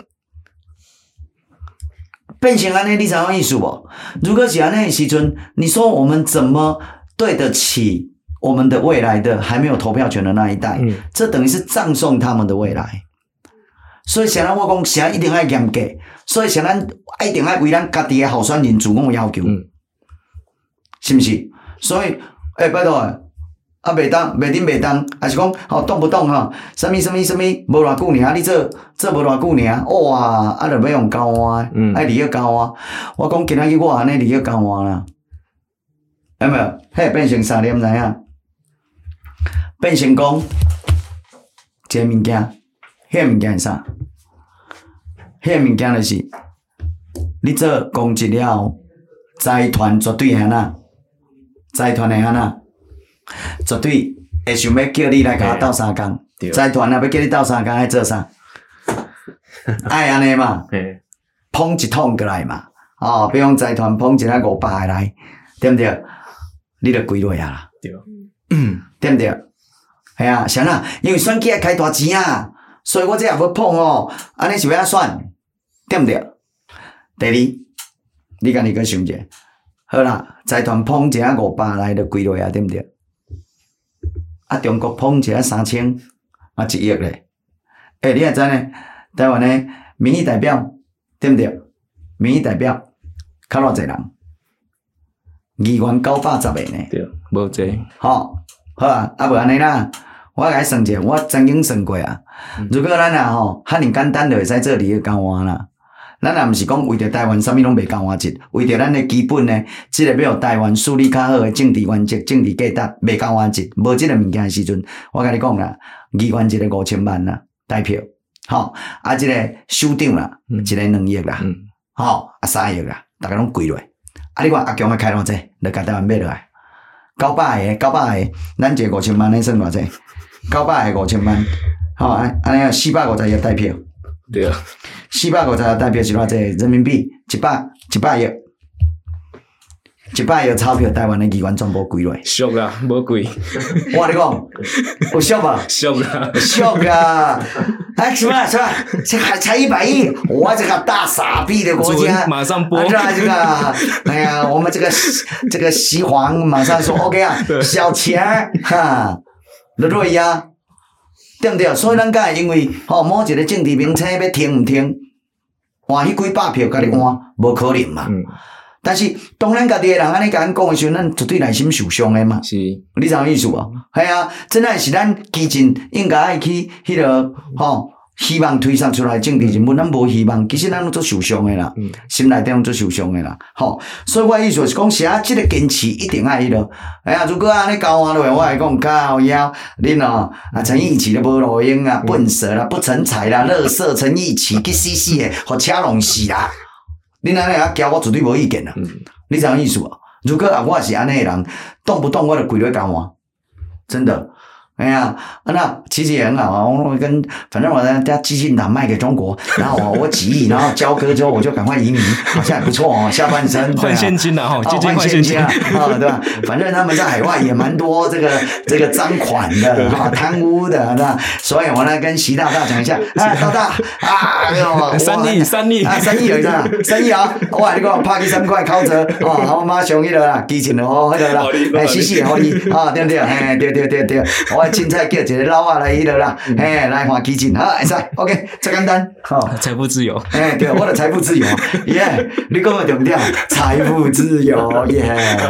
变成安尼，你知影意思无？如果是安尼的时阵，你说我们怎么对得起我们的未来的还没有投票权的那一代？嗯、这等于是葬送他们的未来。所以，像咱我讲，啥一定要严格，所以像咱一定要为咱家己的候选人自我要求，嗯、是毋是？所以，诶、欸，拜托诶。啊，袂当，袂顶袂当，还是讲吼动不动吼，什物什物什物，无偌久尔，你做做无偌久尔，哇，啊，著要用交换，嗯，爱离个交换。我讲今仔日我安尼离个交换啦，有没有？迄变成啥？你毋知影？变成讲一个物件，迄个物件是啥？迄个物件就是你做公职了后，财团绝对安那，财团会安那。绝对会想要叫你来甲我斗相共，财团若要叫你斗相共，爱做啥？爱安尼嘛，捧一桶过来嘛，哦，比方财团捧一个五百个来，对毋对？你著归落啊啦，对，嗯，对毋对？系啊，啥啦？因为选举爱开大钱啊，所以我这也要捧哦，安尼是要怎选？对毋对？第二，你家己去想者，好啦，财团捧一个五百来著归落啊，对毋对？啊，中国捧一个三千，啊一亿咧。诶、欸，你也知呢？台湾的民意代表对毋对？民意代表较偌侪人，议员九百十个呢。 对，无济。 好，好啊，啊无安尼啦，我甲你算者，我曾经算过啊。嗯、如果咱啊吼，赫尔简单就会使做离个交换啦。咱也毋是讲为着台湾啥物拢袂交换一，为着咱的基本呢，即、这个要有台湾树立较好的政治原则、政治价值，袂交换一，无即个物件的时阵，我甲你讲啦，议员一个五千万啦，代票，吼，啊，即、这个首长啦，嗯、一个两亿啦，嗯、吼，啊三亿啦，大家拢跪落，啊，你看阿强啊开偌济，就甲台湾买落来，九百个，九百个，咱一个五千万，咱算偌济？九百个五千万，吼，安安尼啊，四百五十亿代票。 对啊， 四百五十个代表是偌济人民币？一百一百亿，一百亿钞票，台湾的议员全部归落。 俗啦，无贵。 我你讲，有俗无？ 俗啦， 俗啊！哎，什么什么？这还才一百亿？我这个大傻逼的国家， 马上播。 啊，这个，哎呀，我们这个这个西皇马上说 OK 啊，小钱哈，落落呀。对毋对？所以咱敢会因为吼、哦、某一个政治名称要停毋停，换迄几百票甲你换，无可能嘛。嗯、但是当咱家己的人安尼甲咱讲的时候，咱绝对内心受伤的嘛。 是， 你知影意思无？系啊，真正是咱基进应该爱去迄、那个吼、哦，希望推送出来政治人物，咱无希望，其实咱拢做受伤的啦，嗯、心内底拢做受伤的啦。吼、哦，所以我意思是讲，写即个坚持一定爱迄落。哎呀，如果安尼交换落，我来讲靠腰，恁哦啊陈义奇都无路用啊，笨蛇啦，不成才啦，垃圾陈义奇去死死的，互车弄死啦。恁安尼啊交，我绝对无意见啦。嗯、你知影意思无？如果啊我是安尼的人，动不动我就跪落交换，真的。哎呀，那其实也很好啊。我跟反正我在家激进党卖给中国，然后我我几亿，然后交割之后我就赶快移民，好像也不错哦。下半身换现金了哈，基金换现金啊，啊对吧？反正他们在海外也蛮多这个这个赃款的哈，贪污的那，所以我呢跟习大大讲一下，哎，大大啊，哎呦， 三亿三亿啊，三亿有一张，三亿啊，哇，你讲拍去三块靠着哦，我马上迄个啦，基金哦，迄个啦，哎，死死好你啊，对不对？哎，对对对对，我凊彩叫一个老仔来迄落啦，哎，来换基金，好，会使 ，OK， 最简单，吼， 财富自由， 哎，对，我的财富自由，耶，你讲的重点，财富自由，耶，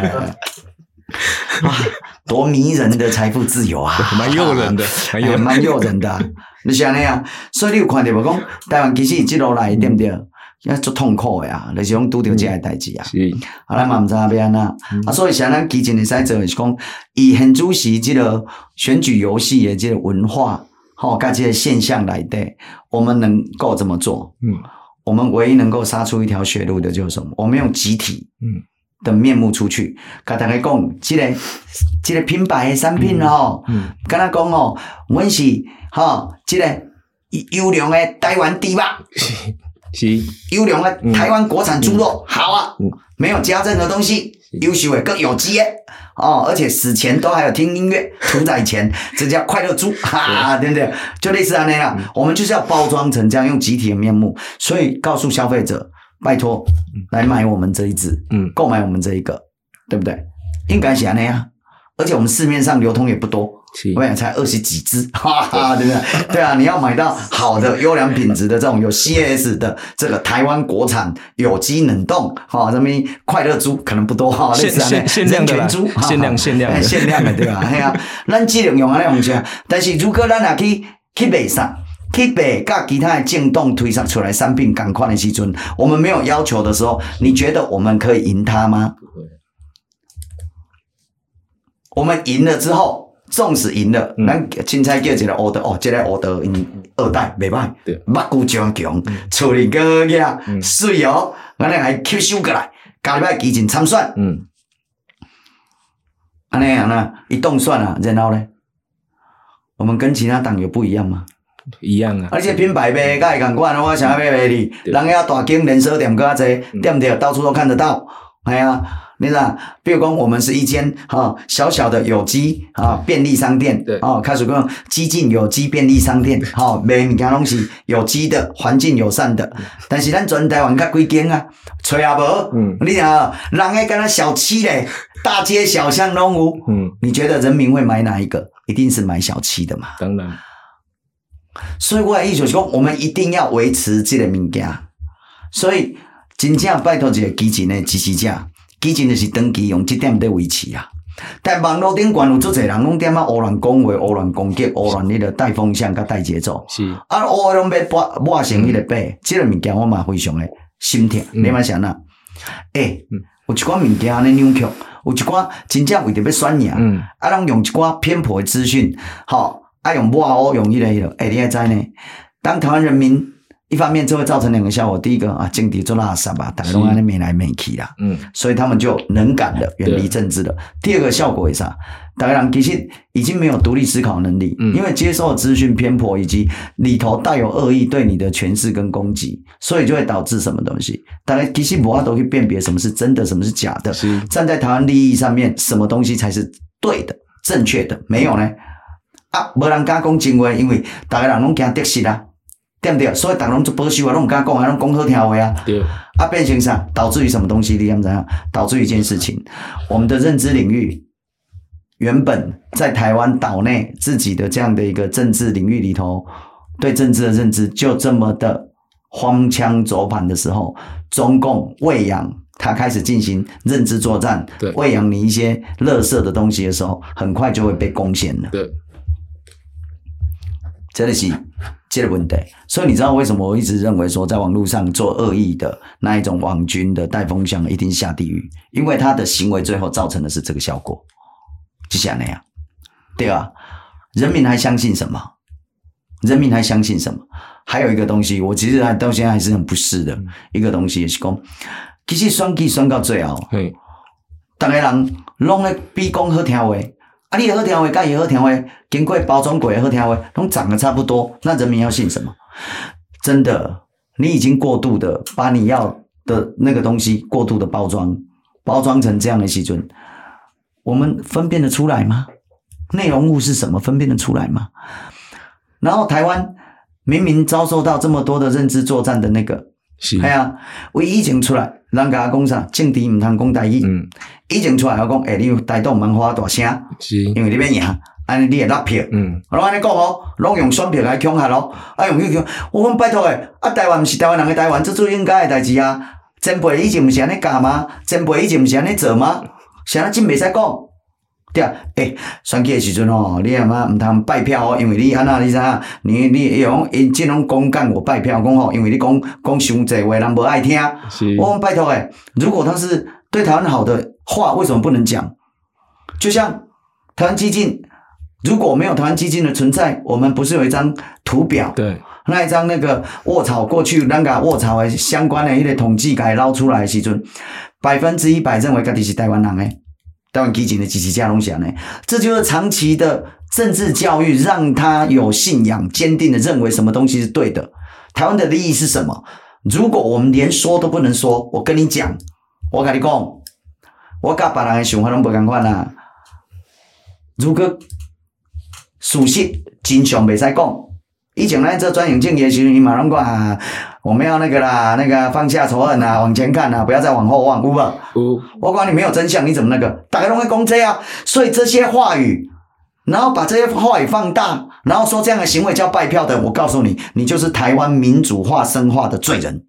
啊，多迷人的财富自由啊， 蛮诱人的， 蛮诱蛮诱人的，就是安尼啊，所以你有看到无？讲台湾其实即路来对毋对？也足痛苦的啊，就是讲拄着这个代志啊。是，啊，咱嘛毋知影要安怎啊，所以像咱基金会使做的是讲，以现主席即个选举游戏的即个文化，吼，甲即个现象来底，我们能够怎么做？嗯，我们唯一能够杀出一条血路的就是什么？我们用集体嗯的面目出去，甲大家讲，即、这个即、这个品牌的产品吼，嗯，敢若讲哦，阮是吼即、这个优良的台湾猪肉。 是优良的台湾国产猪肉，嗯、好啊，嗯、没有加任何东西，优秀的更有机的哦，而且死前都还有听音乐，屠宰前，这叫快乐猪，哈，对不对？就类似那样，嗯、我们就是要包装成这样，用集体的面目，所以告诉消费者，拜托来买我们这一只，嗯，购买我们这一个，对不对？应该是那样，而且我们市面上流通也不多。我想才二十几只，哈哈，对不对？对啊，你要买到好的优良品质的这种有 C S 的这个台湾国产有机冷冻，哈，什么快乐猪可能不多哈，类似限限量的猪，限量限量的限量的对吧？哎呀，咱只能用安尼用下，但是如果咱也去去卖上。去卖甲其他的正动推上出来产品同款的时阵，我们没有要求的时候，你觉得我们可以赢他吗？我们赢了之后。纵使赢了，咱凊彩叫一个 order 哦，这个 order 因二代袂歹，目睭强强，处理个个水哦，咱来还吸收过来，下礼拜期前参选，嗯，安尼样呢，一动算啊，然后呢，我们跟其他党有不一样吗？ 一样啊， 而且品牌卖甲会同款，我想要买卖你，人遐大间连锁店搁较济，店店到处都看得到，哎呀。你知道，比如讲，我们是一间哈、哦、小小的有机啊、哦、便利商店，对，哦，开始讲激进有机便利商店，好、哦，卖物件拢是有机的，环境友善的。但是咱全台湾较几间啊，找也无，嗯，你讲人迄敢若小七咧，大街小巷拢有，嗯，你觉得人民会买哪一个？一定是买小七的嘛？ 当然。 所以我的意思是讲，我们一定要维持这个物件。所以真正拜托一个基层的支持者。基金就是长期用这点在维持啊，但网络顶悬有足侪人拢点啊胡乱讲话、胡乱攻击、胡乱迄个带风向、甲带节奏。是啊，我拢要抹抹成迄个白，这个物件我嘛非常的心疼。嗯、你嘛想啊？诶、欸，嗯、有一寡物件安尼扭曲，有一寡真正为着要选赢，嗯、啊，拢用一寡偏颇的资讯，吼，啊用抹黑用迄、那个迄、那个，诶、欸，你还知呢？当台湾人民。一方面，这会造成两个效果。第一个啊，政敌做垃圾吧，大家都安尼眉来眉去啦，嗯，所以他们就能感的远离政治了。第二个效果是啥？大家人其实已经没有独立思考能力，嗯、因为接受的资讯偏颇以及里头带有恶意对你的诠释跟攻击，所以就会导致什么东西？大家其实无法都去辨别什么是真的，什么是假的。是站在台湾利益上面，什么东西才是对的、正确的？没有呢？啊，无人敢讲真话，因为大家人拢惊得失啦。对不对？所以大家拢做保守啊，拢唔敢讲啊，拢讲好听话啊。对。啊，变成啥？导致于什么东西？你想怎样？导致于一件事情，我们的认知领域原本在台湾岛内自己的这样的一个政治领域里头，对政治的认知就这么的荒腔走板的时候，中共喂养他开始进行认知作战，喂养你一些垃圾的东西的时候，很快就会被攻陷了。对。真的是这个问题，所以你知道为什么我一直认为说，在网络上做恶意的那一种网军的带风向，一定下地狱，因为他的行为最后造成的是这个效果，就像那样，对吧？人民还相信什么？人民还相信什么？还有一个东西，我其实还到现在还是很不适的、嗯、一个东西，也是讲，其实选举选到最后，大家人拢咧比讲好听话。啊，你的好听话，甲伊好听话，经过包装过的好听话，拢长得差不多，那人民要信什么？真的，你已经过度的把你要的那个东西过度的包装，包装成这样的时阵，我们分辨得出来吗？内容物是什么？分辨得出来吗？然后台湾明明遭受到这么多的认知作战的那个，是，系啊，为以前出来，人甲我讲啥？政治唔通讲台语。嗯。以前出来我讲，诶、欸，你台独唔通发大声，是，因为你要赢，安尼你会落票。嗯。我拢安尼讲哦，拢用选票来恐吓咯，啊用去恐，我讲拜托诶，啊台湾唔是台湾人的台湾，这做应该的代志啊。前辈以前唔是安尼教吗？前辈以前唔是安尼做吗？是安尼真袂使讲。对啊，诶，选举的时阵哦，你阿妈唔通拜票哦，因为你安那你知影，你你用因即种公干我拜票，讲吼，因为你讲讲伤济话，人无爱听。是。我讲拜托诶，如果他是对台湾好的话，为什么不能讲？就像台湾基进，如果没有台湾基进的存在，我们不是有一张图表？对。那一张那个卧槽，过去咱个卧槽的相关的迄个统计，给捞出来的时阵，百分之一百认为家己是台湾人诶。台湾基进的支持者拢是安尼，这就是长期的政治教育，让他有信仰，坚定的认为什么东西是对的。台湾的利益是什么？ 如果我们连说都不能说，我跟你讲，我跟你讲，我甲别人的想法拢不同款啦。如果事实真相袂使讲，以前咱做转型正义的时候，伊嘛拢讲啊，我们要那个啦，那个放下仇恨啊，往前看啊，不要再往后望，有无？ 有。 我讲你没有真相，你怎么那个？大家拢会讲这样，所以这些话语，然后把这些话语放大，然后说这样的行为叫拜票的，我告诉你，你就是台湾民主化深化的罪人。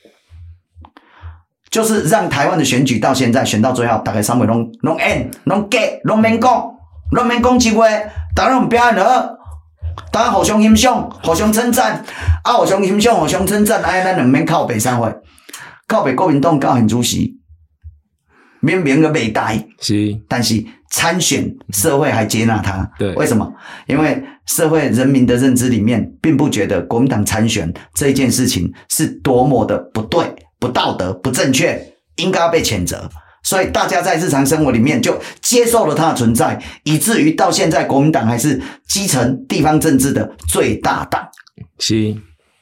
就是让台湾的选举到现在选到最后，大家三位拢拢演拢假拢免讲，拢免讲一话，大家拢表演了，大家互相欣赏，互相称赞，啊，互相欣赏，互相称赞，哎，咱两免靠北三回，靠北国民党高现主席，明明个未大， 是， 但是参选社会还接纳他， 对， 为什么？因为社会人民的认知里面，并不觉得国民党参选这一件事情是多么的不对。不道德、不正确，应该被谴责。所以大家在日常生活里面就接受了它的存在，以至于到现在国民党还是基层地方政治的最大党。 是，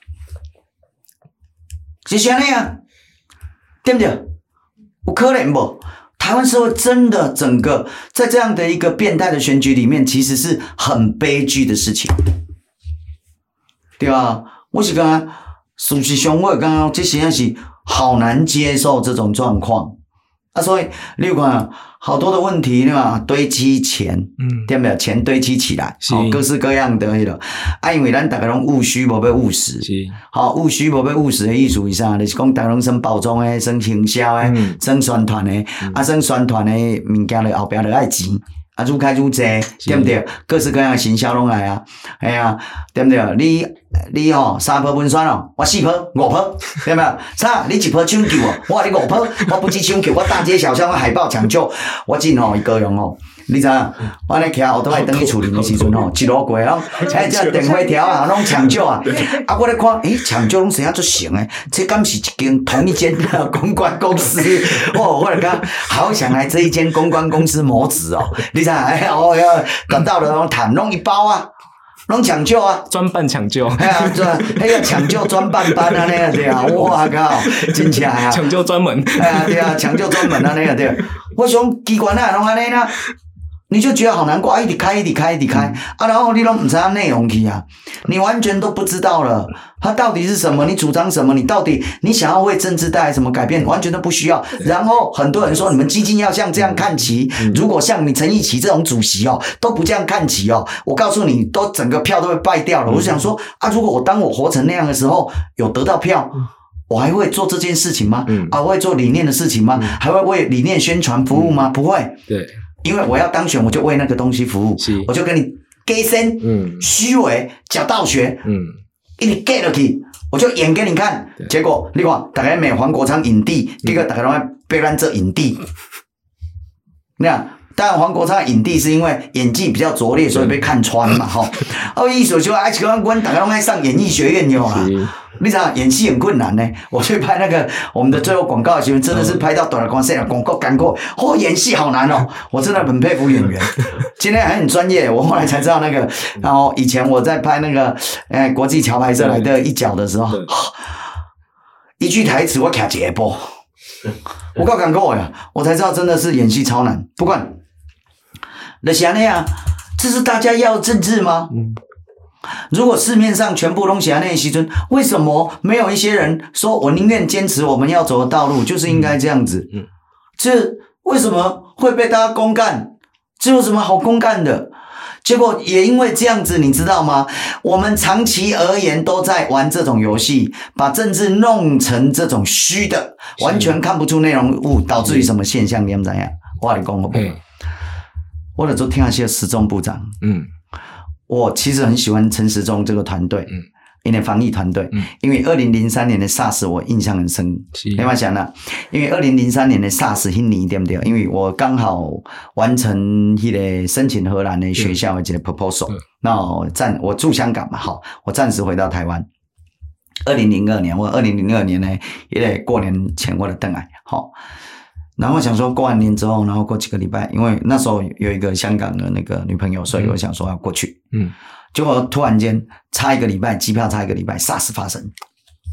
是这样啊，对不对？有可能不？台湾社会真的整个在这样的一个变态的选举里面，其实是很悲剧的事情，对吧？我是讲，事实上我刚刚这实在是。好难接受这种状况啊，所以你有看好多的问题对吧？堆积钱，嗯，对不对？钱堆积起来，好、哦，各式各样的迄个啊，因为咱大家拢务虚，无要务实，是，好、哦，务虚无要务实的意思是啥？就是讲大家拢算包装的，算行销的，嗯、算宣传的，嗯、啊，算宣传的物件咧后壁就爱钱。啊，愈开愈济，对不对？各式各样的行销拢来啊，哎呀，对不对？你你吼、哦、三泡温酸哦，我四泡五泡，对没有？啥？你一泡抢救哦，我话你五泡，我不止抢救，我大街小巷我海报抢救，我真吼伊高雄哦，你知影？我咧徛后头来等去厝里的时阵吼，一路过哦，哎，这电话条啊，拢抢救啊，啊，我咧看，诶，抢救拢生啊足成诶，这敢是一间同一间的公关公司？哦，我来讲，好想来这一间公关公司模子哦。你看，哎呀，我要等到了，拢谈弄一包啊，拢抢救啊， 专办抢救， 哎呀，专那个抢救专办班啊，那个对啊，哇靠，真正啊， 抢救专门， 哎呀，对啊，抢救专门啊，那个对，我想机关啊，拢安尼啦。你就觉得好难过，啊、一直开，一直开，一直开、嗯、啊，然后你都不知道内容去啊，你完全都不知道了，它到底是什么？你主张什么？你到底你想要为政治带来什么改变？完全都不需要。然后很多人说，你们基金要像这样看齐，嗯、如果像你陈奕奇这种主席哦，都不这样看齐哦，我告诉你，都整个票都会败掉了。嗯、我就想说啊，如果我当我活成那样的时候，有得到票。嗯我还会做这件事情吗？嗯，啊，我会做理念的事情吗？嗯、还会为理念宣传服务吗？嗯、不会。 对， 因为我要当选，我就为那个东西服务。是，我就跟你假身，嗯，虚伪、假道学，嗯，一直 get 落去，我就演给你看。结果你看，大家骂黄国昌影帝，结果大家拢爱被咱做影帝。那、嗯。当然，黄国昌影帝是因为演技比较拙劣，所以被看穿嘛，吼。哦，艺术就爱喜欢阮大家拢爱上演艺学院哟啊。你知道演戏很困难呢。我去拍那个我们的最后广告的时候，真的是拍到短了光线了，广告赶过。哦，演戏好难哦，我真的很佩服演员。今天还很专业，我后来才知道那个。然后以前我在拍那个呃国际桥牌社来的一角的时候，一句台词我卡一下波，我够赶过呀，我才知道真的是演戏超难。不管。就是这样，这是大家要政治吗？嗯，如果市面上全部都是这样的时阵，为什么没有一些人说我宁愿坚持我们要走的道路，就是应该这样子？嗯，这为什么会被大家公干？这有什么好公干的？结果也因为这样子，你知道吗？我们长期而言都在玩这种游戏，把政治弄成这种虚的，完全看不出内容物，导致于什么现象？你们怎样？我跟你讲好不好？我就做听下时中部长，嗯，我其实很喜欢陈时中这个团队，嗯，因为防疫团队，嗯，因为二零零三年的 SARS 我印象很深，你有没有想呢？因为二零零三年的 SARS 那年对不对？因为我刚好完成那个申请荷兰的学校的一个 proposal，嗯，那我暂我住香港嘛，好，我暂时回到台湾。二零零二年，我二零零二年呢，也得过年前我就回来，好。然后我想说过完年之后，然后过几个礼拜，因为那时候有一个香港的那个女朋友，所以我想说要过去。嗯，结果突然间差一个礼拜，机票差一个礼拜 ，SARS 发生。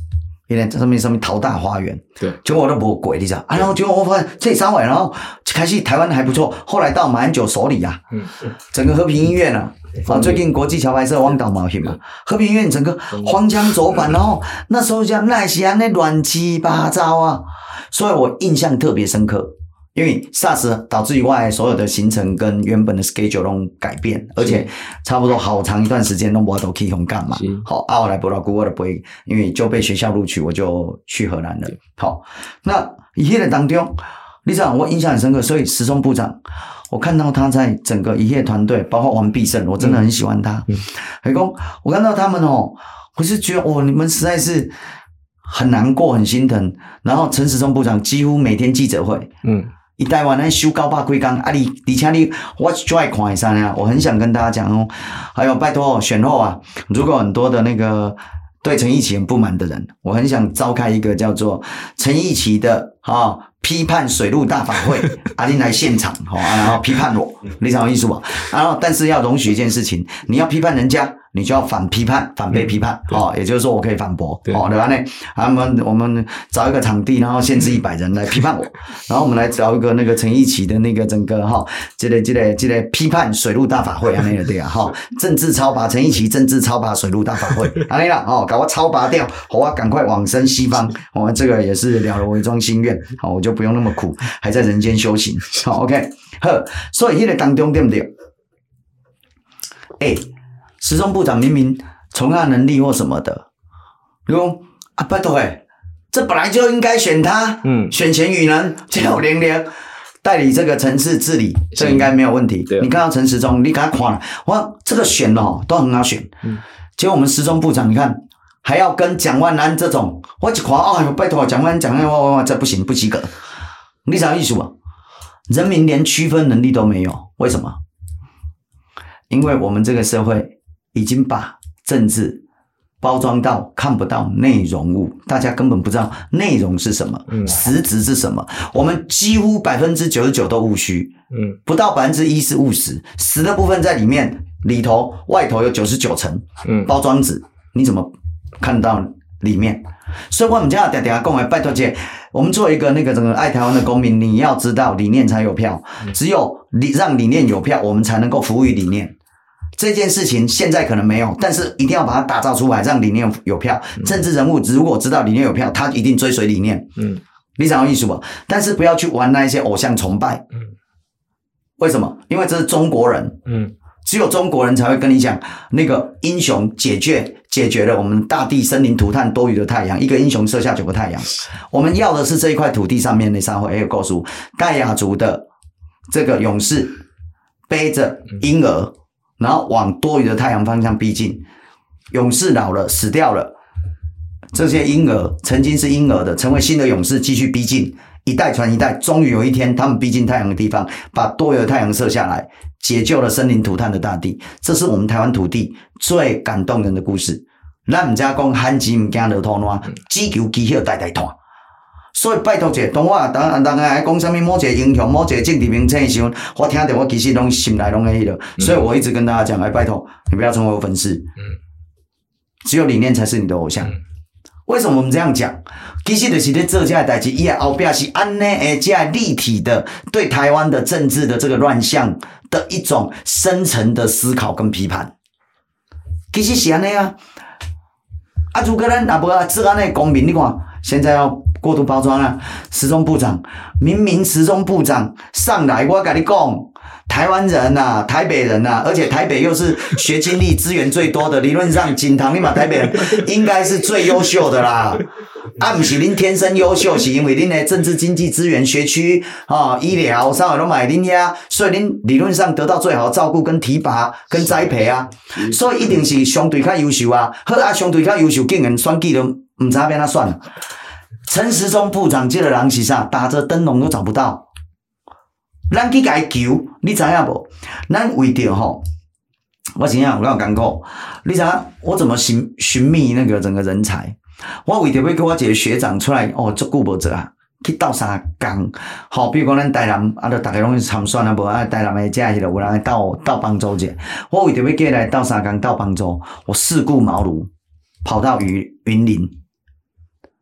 因为上面上面桃大花园， 对， 结果我都没鬼，你知道？啊，然后结果我发现这三位，然后开始台湾还不错，后来到马英九手里啊，嗯，整个和平医院啊，啊，最近国际桥牌社汪导冒险嘛，和平医院整个荒腔走板，然后那时候讲那些啊那乱七八糟啊，所以我印象特别深刻。因为 SARS 导致以外所有的行程跟原本的 schedule 都改变，而且差不多好长一段时间都没都去香港嘛。好，啊，我来不到古我都不会，因为就被学校录取，我就去荷兰了。好，那一夜的当中，你知道我印象很深刻，所以时中部长，我看到他在整个一夜团队，包括王必胜，我真的很喜欢他。还讲、嗯、我看到他们哦，我是觉得哦，你们实在是很难过，很心疼。然后陈时中部长几乎每天记者会，嗯。一台湾那修九百几天啊你，而且你我就爱看一下呀，我很想跟大家讲哦，还有拜托选后啊，如果很多的那个对陈奕奇很不满的人，我很想召开一个叫做陈奕奇的啊、哦、批判水陆大法会，啊你来现场好、哦啊，然后批判我，你懂我意思吧？然后但是要容许一件事情，你要批判人家。你就要反批判，反被批判，嗯、哦，也就是说我可以反驳，哦，对吧？呢，啊，我们我们找一个场地，然后限制一百人来批判我，然后我们来找一个那个陈奕奇的那个整个哈，这个这个这个批判水陆大法会啊，那个对啊，哈，政治超拔陈奕奇政治超拔水陆大法会，啊，那啦，哦，搞我超拔掉，好啊，赶快往生西方，我、哦、这个也是了了我一桩心愿，好，我就不用那么苦，还在人间修行，好 ，OK， 好，所以那个当中对不对？哎。时中部长明明从他能力或什么的，你说啊，拜托诶，这本来就应该选他，嗯，选贤与能，结果连连代理这个城市治理，这应该没有问题。你看到陈时中，你给他看了，哇，这个选哦都很好选，嗯，结果我们时中部长，你看还要跟蒋万安这种，我一看，哎呦，拜托，蒋万安，蒋万安，哇哇，这不行，不及格，你知道意思吗？人民连区分能力都没有，为什么？因为我们这个社会。已经把政治包装到看不到内容物，大家根本不知道内容是什么，嗯、实质是什么。我们几乎百分之九十九都务虚，嗯，不到百分之一是务实，实的部分在里面，里头外头有九十九层，嗯，包装纸你怎么看到里面？所以我们家常常讲的，拜托姐，我们作为一个那个整个爱台湾的公民，你要知道理念才有票，只有理让理念有票，我们才能够服务于理念。这件事情现在可能没有，但是一定要把它打造出来，让理念有票。嗯、政治人物如果知道理念有票，他一定追随理念。嗯，你讲有意思吧？但是不要去玩那一些偶像崇拜。嗯，为什么？因为这是中国人。嗯，只有中国人才会跟你讲，那个英雄解决解决了我们大地生灵涂炭多余的太阳，一个英雄射下九个太阳。我们要的是这一块土地上面的三会，还有告诉盖亚族的这个勇士背着婴儿。然后往多余的太阳方向逼近，勇士老了死掉了，这些婴儿曾经是婴儿的，成为新的勇士，继续逼近，一代传一代，终于有一天他们逼近太阳的地方，把多余的太阳射下来，解救了生灵涂炭的大地。这是我们台湾土地最感动人的故事。咱唔只讲旱钱唔惊落土烂，只求基血代代传。所以拜托者，当我当人来讲什么某一个英雄、某一个政治名称的时候，我听到我其实拢心内拢会迄个，所以我一直跟大家讲，哎，拜托你不要成为我粉丝，嗯，只有理念才是你的偶像。嗯、为什么我们这样讲？其实就是在做这个代志，伊后边是安尼诶，这样立体的对台湾的政治的这个乱象的一种深层的思考跟批判。其实是安尼啊，啊，如果咱也无做安尼公民，你看现在要。过度包装啊！时中部长，明明时中部长上来，我跟你讲，台湾人呐、啊，台北人呐、啊，而且台北又是学经历资源最多的，理论上锦堂立马台北人应该是最优秀的啦。啊，不是恁天生优秀，是因为恁的政治经济资源、学区啊、哦、医疗啥的都买恁遐，所以恁理论上得到最好的照顾跟提拔跟栽培啊，所以一定是相对较优秀啊。好啊，相对较优秀，竟然选举都唔知要怎算了。陈时中部长这个人是啥？打着灯笼都找不到。咱去甲伊求，你知影无？咱为着吼，我真正有够艰苦。你知影我怎么寻寻觅那个整个人才？我为着要叫我一个学长出来，哦，足久无做啊，去斗相共。吼，比如讲咱台南，啊，就大家拢去参选啊，无啊，台南的遮迄个有人来斗斗帮助者。我为着要叫来斗相共斗帮助，我四顾茅庐，跑到云云林。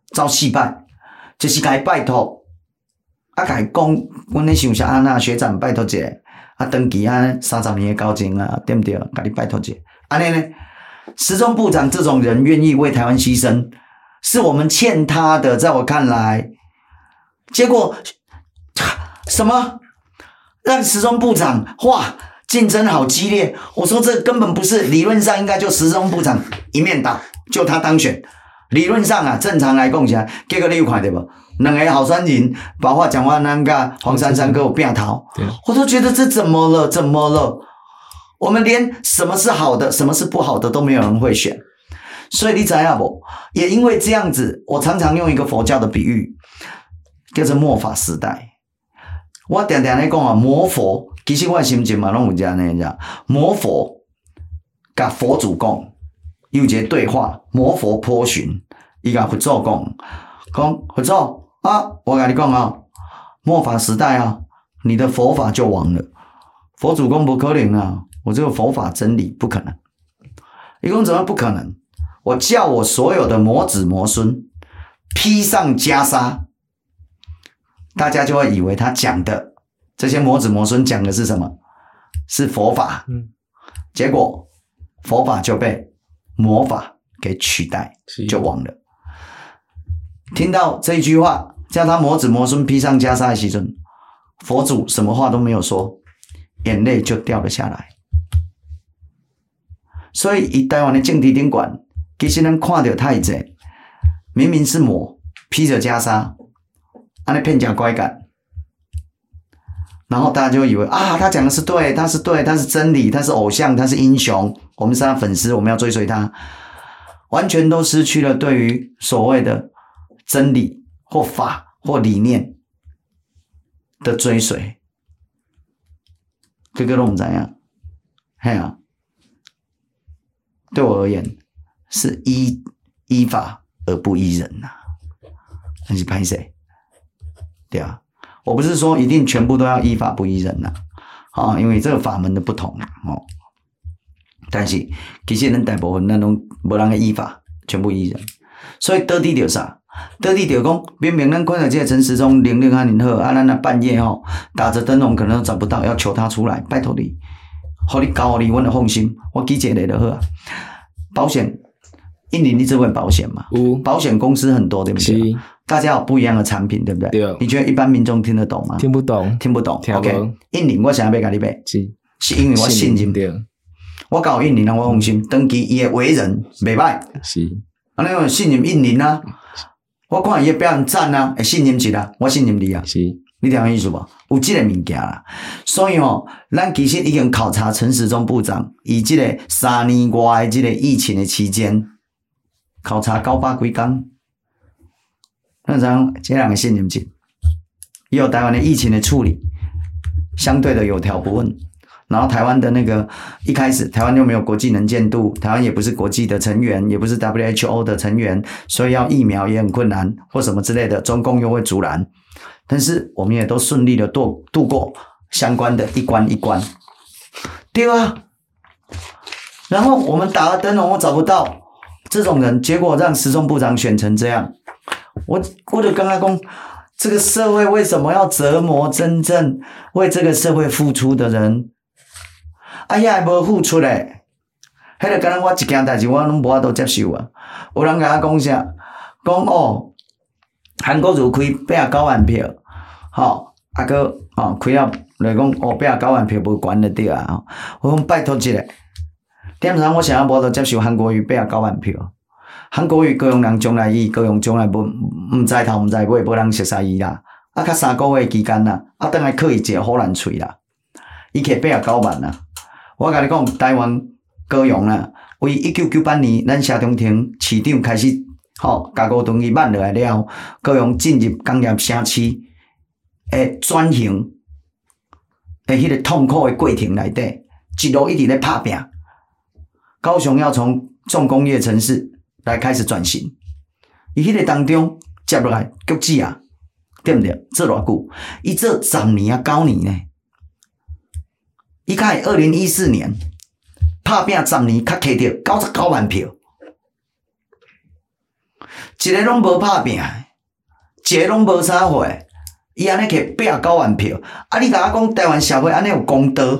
走四摆，就是甲伊拜托，啊，甲伊讲，阮咧想啥安那学长拜托者，啊，长期啊三十年的交情啊，对不对？甲你拜托者，安尼呢？时中部长这种人愿意为台湾牺牲，是我们欠他的，在我看来，结果什么让时中部长哇竞争好激烈？我说这根本不是，理论上应该就时中部长一面倒，就他当选。理论上啊，正常来讲起来，结果你有看到无？两个候选人，包括蒋万安跟黄珊珊跟我变头，我都觉得这怎么了？怎么了？我们连什么是好的，什么是不好的都没有人会选，所以你知道不？也因为这样子，我常常用一个佛教的比喻，叫做末法时代。我常常在讲啊，魔佛，其实我的心情嘛，拢有这样的讲，魔佛甲佛祖讲。有一个对话，魔佛波旬，伊甲佛祖讲，讲佛祖啊，我甲你讲啊，末法时代啊，你的佛法就亡了。佛祖讲不可能啊，我这个佛法真理不可能。伊讲怎么不可能？我叫我所有的魔子魔孙披上袈裟，大家就会以为他讲的这些魔子魔孙讲的是什么？是佛法。嗯，结果佛法就被魔法给取代，就亡了。听到这一句话，叫他魔子魔孙披上袈裟的时阵，佛祖什么话都没有说，眼泪就掉了下来。所以，以台湾的政治顶管，其实咱看到太济，明明是魔披着袈裟，安尼骗假拐感，然后大家就会以为啊，他讲的是对，他是对，他是真理，他是偶像，他是英雄。我们是他粉丝，我们要追随他，完全都失去了对于所谓的真理或法或理念的追随。这个都不知道，嘿啊，对我而言是依依法而不依人呐、啊，那是拍谁？对啊，我不是说一定全部都要依法不依人呐、啊，啊，因为这个法门的不同哦。但是其实咱大部分咱拢无人个依法，全部依人，所以倒底着啥？倒底着讲，明明咱看到这个陈时中能力还很好，啊，咱啊半夜吼打着灯笼可能都找不到，要求他出来，拜托你，互你交你，阮就放心，我记一个就好啊。保险，印尼你只会保险嘛？有保险公司很多，对不对？大家有不一样的产品，对不对？对。你觉得一般民众听得懂吗？ 听不懂， 听不懂。OK， 印尼我想要甲你买，是是因为我信任对。我搞印尼人，我放心，长期伊的为人袂歹，是，安尼我信任印尼啊。我看伊的表现赞啊，会信任一下，我信任你啊。是，你听我意思无？有这个物件啦，所以吼，咱其实已经考察陈时中部长，以这个三年外的这个疫情的期间，考察九百几天，那咱这两个信任值，也有台湾的疫情的处理，相对的有条不紊。然后台湾的那个一开始，台湾又没有国际能见度，台湾也不是国际的成员，也不是 W H O 的成员，所以要疫苗也很困难，或什么之类的，中共又会阻拦。但是我们也都顺利的度度过相关的一关一关，对啊。然后我们打了灯笼，我找不到这种人，结果让时中部长选成这样，我我就跟他讲。这个社会为什么要折磨真正为这个社会付出的人？啊，也无付出嘞，迄个敢若我一件代志我拢无法度接受啊！有人甲我讲啥？讲哦，韩国瑜开八十九万票，吼，啊个吼开了来讲哦，八十九万票无悬就对啊！吼，我讲拜托一下，点啥我想要无法度接受韩国瑜八十九万票？韩国瑜高雄人将来伊高雄将来无毋知头毋知尾，无人熟悉伊啦。啊，较三个月期间啦，啊，等来考伊一个好难喙啦。伊摕八十九万啦。我甲你讲，台湾高雄啦，为一九九八年咱谢中庭市长开始，吼，甲五吨伊慢落来了后，高雄进入工业城市诶转型诶迄个痛苦诶过程内底，一路一直咧拍拼。高雄要从重工业城市来开始转型，伊迄个当中接落来局子啊，对不对？做偌久？伊做十年啊，九年呢？伊开二零一四年拍拼十年，较摕到九十九万票。 一个拢无拍拼，一个拢无啥货，伊安尼摕八十九万票，啊！你甲我讲台湾社会安尼有公道，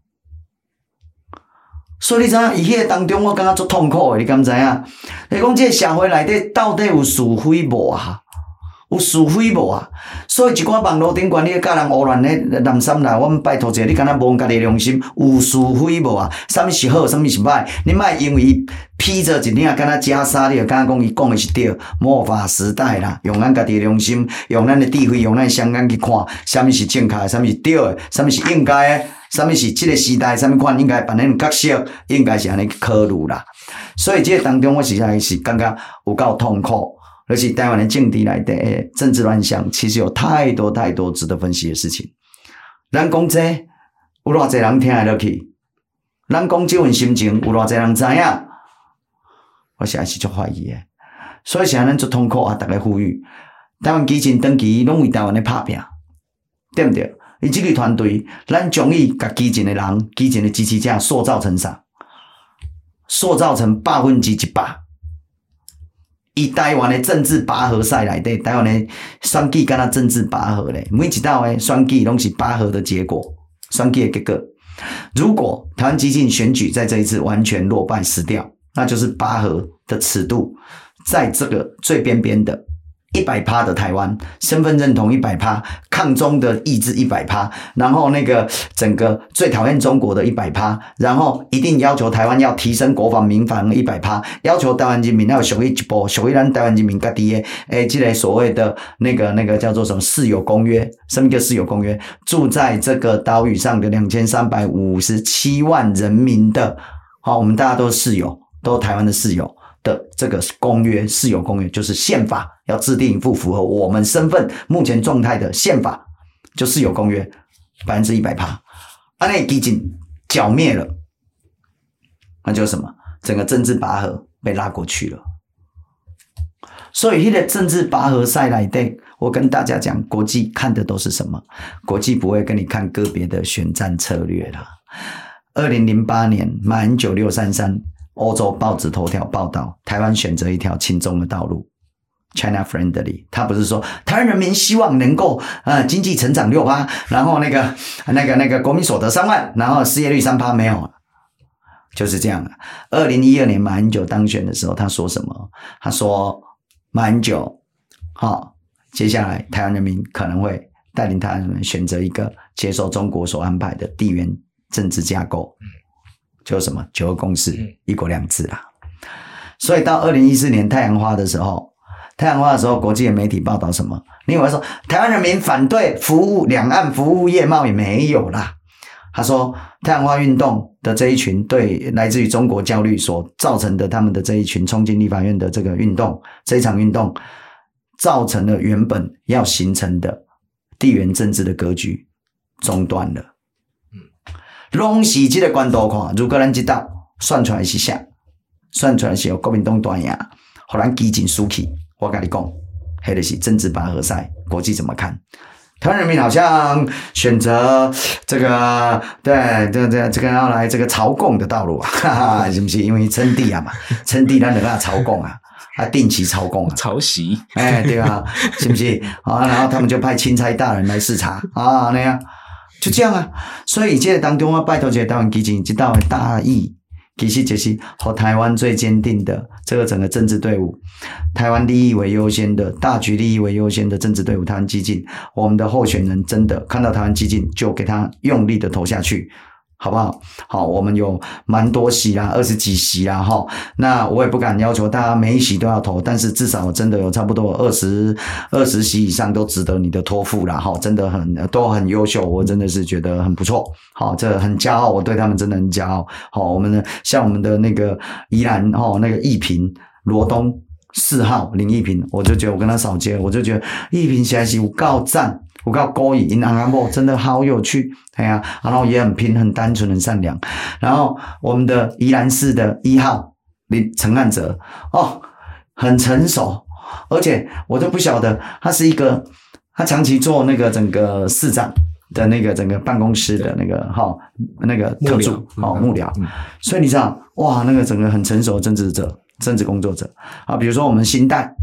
所以你知影伊迄个当中，我感觉足痛苦的，你敢知影？你讲这个社会内底到底有是非无啊？有是非无啊？所以一寡网络顶管你教人胡乱咧南山来，我们拜托一下，你敢若无家己良心，有是非无啊？啥物是好，啥物是歹？你莫因为伊披着一领敢若袈裟，你就敢讲伊讲的是对？末法时代啦，用咱家己的良心，用咱的智慧，用咱的双眼去看，啥物是正确，啥物是对的，啥物是应该的，啥物是即个时代，啥物款应该扮演角色，应该是安尼去考虑啦。所以这个当中，我实在是感觉有够痛苦。而且台湾的政治内底的政治乱象，其实有太多太多值得分析的事情。咱讲这有偌济人听得落去，咱讲这份心情有偌济人知影，我实在是足怀疑的。所以现在咱足痛苦啊！大家呼吁台湾基进长期拢为台湾咧拍拼，对不对？伊这个团队，咱将伊甲基进的人、基进的支持者塑造成啥？塑造成百分之一百。以台湾的政治拔河赛内底，台湾的选举敢若政治拔河咧，每一道的选举拢是拔河的结果，选举的结果。如果台湾基进选举在这一次完全落败死掉，那就是拔河的尺度在这个最边边的一百趴的台湾，身份认同一百趴，抗中的意志一百趴，然后那个整个最讨厌中国的一百趴，然后一定要求台湾要提升国防民防一百趴，要求台湾人民要属于一步，属于咱台湾人民家己的诶，这个所谓的那个那个叫做什么世有公约？什么叫世有公约？住在这个岛屿上的两千三百五十七万人民的，好，我们大家都是室友，都是台湾的室友。的这个公约，世有公约就是宪法要制定一副符合我们身份目前状态的宪法，就世有公约百分之一百趴，啊那基进剿灭了，那就是什么？整个政治拔河被拉过去了。所以，那个政治拔河赛来的，我跟大家讲，国际看的都是什么？国际不会跟你看个别的选战策略啦。二零零八年马英九六三三。欧洲报纸头条报道，台湾选择一条亲中的道路 ，China friendly。他不是说台湾人民希望能够呃经济成长六趴，然后那个那个那个国民所得三万，然后失业率三趴，没有，就是这样。二零一二年马英九当选的时候，他说什么？他说马英九，好、哦，接下来台湾人民可能会带领台湾人民选择一个接受中国所安排的地缘政治架构。就是什么九二共识、一国两制啦。所以到二零一四年太阳花的时候，太阳花的时候，国际的媒体报道什么？你以为说台湾人民反对服务两岸服务业贸易？没有啦。他说太阳花运动的这一群对来自于中国焦虑所造成的他们的这一群冲进立法院的这个运动，这一场运动造成了原本要形成的地缘政治的格局中断了。拢是这个关度看，如果咱这道算出来是啥？算出来是由国民党大赢，互咱基进输去。我跟你讲，迄个是政治拔河赛，国际怎么看？台湾人民好像选择这个，对，这这这个要来这个朝贡的道路啊，哈哈，是不是？因为称帝啊嘛，称帝咱就要朝贡啊，啊，定期朝贡啊， 朝夕， 哎，对啊，是不是？啊，然后他们就派钦差大人来视察啊，那样。就这样啊，所以这个当中我拜托这个台湾基金这道的大义，其实就是和台湾最坚定的这个整个政治队伍，台湾利益为优先的大局利益为优先的政治队伍，台湾基金，我们的候选人真的看到台湾基金就给他用力的投下去。好不好？好，我们有蛮多席啦，二十几席啦，哈。那我也不敢要求大家每一席都要投，但是至少真的有差不多二十二十席以上都值得你的托付啦，哈，真的很都很优秀，我真的是觉得很不错。好，这很骄傲，我对他们真的很骄傲。好，我们的像我们的那个宜兰哈，那个义平罗东四号林义平，我就觉得我跟他扫街，我就觉得义平实在是有够赞。有够故意，因翁阿某真的好有趣，哎呀、啊，然后也很拼，很单纯，很善良。然后我们的宜兰市的一号林陈汉哲，哦，很成熟，而且我都不晓得他是一个，他长期做那个整个市长的那个整个办公室的那个哈、哦、那个特助哦幕僚，所以你知道哇，那个整个很成熟的政治者、政治工作者啊，比如说我们新代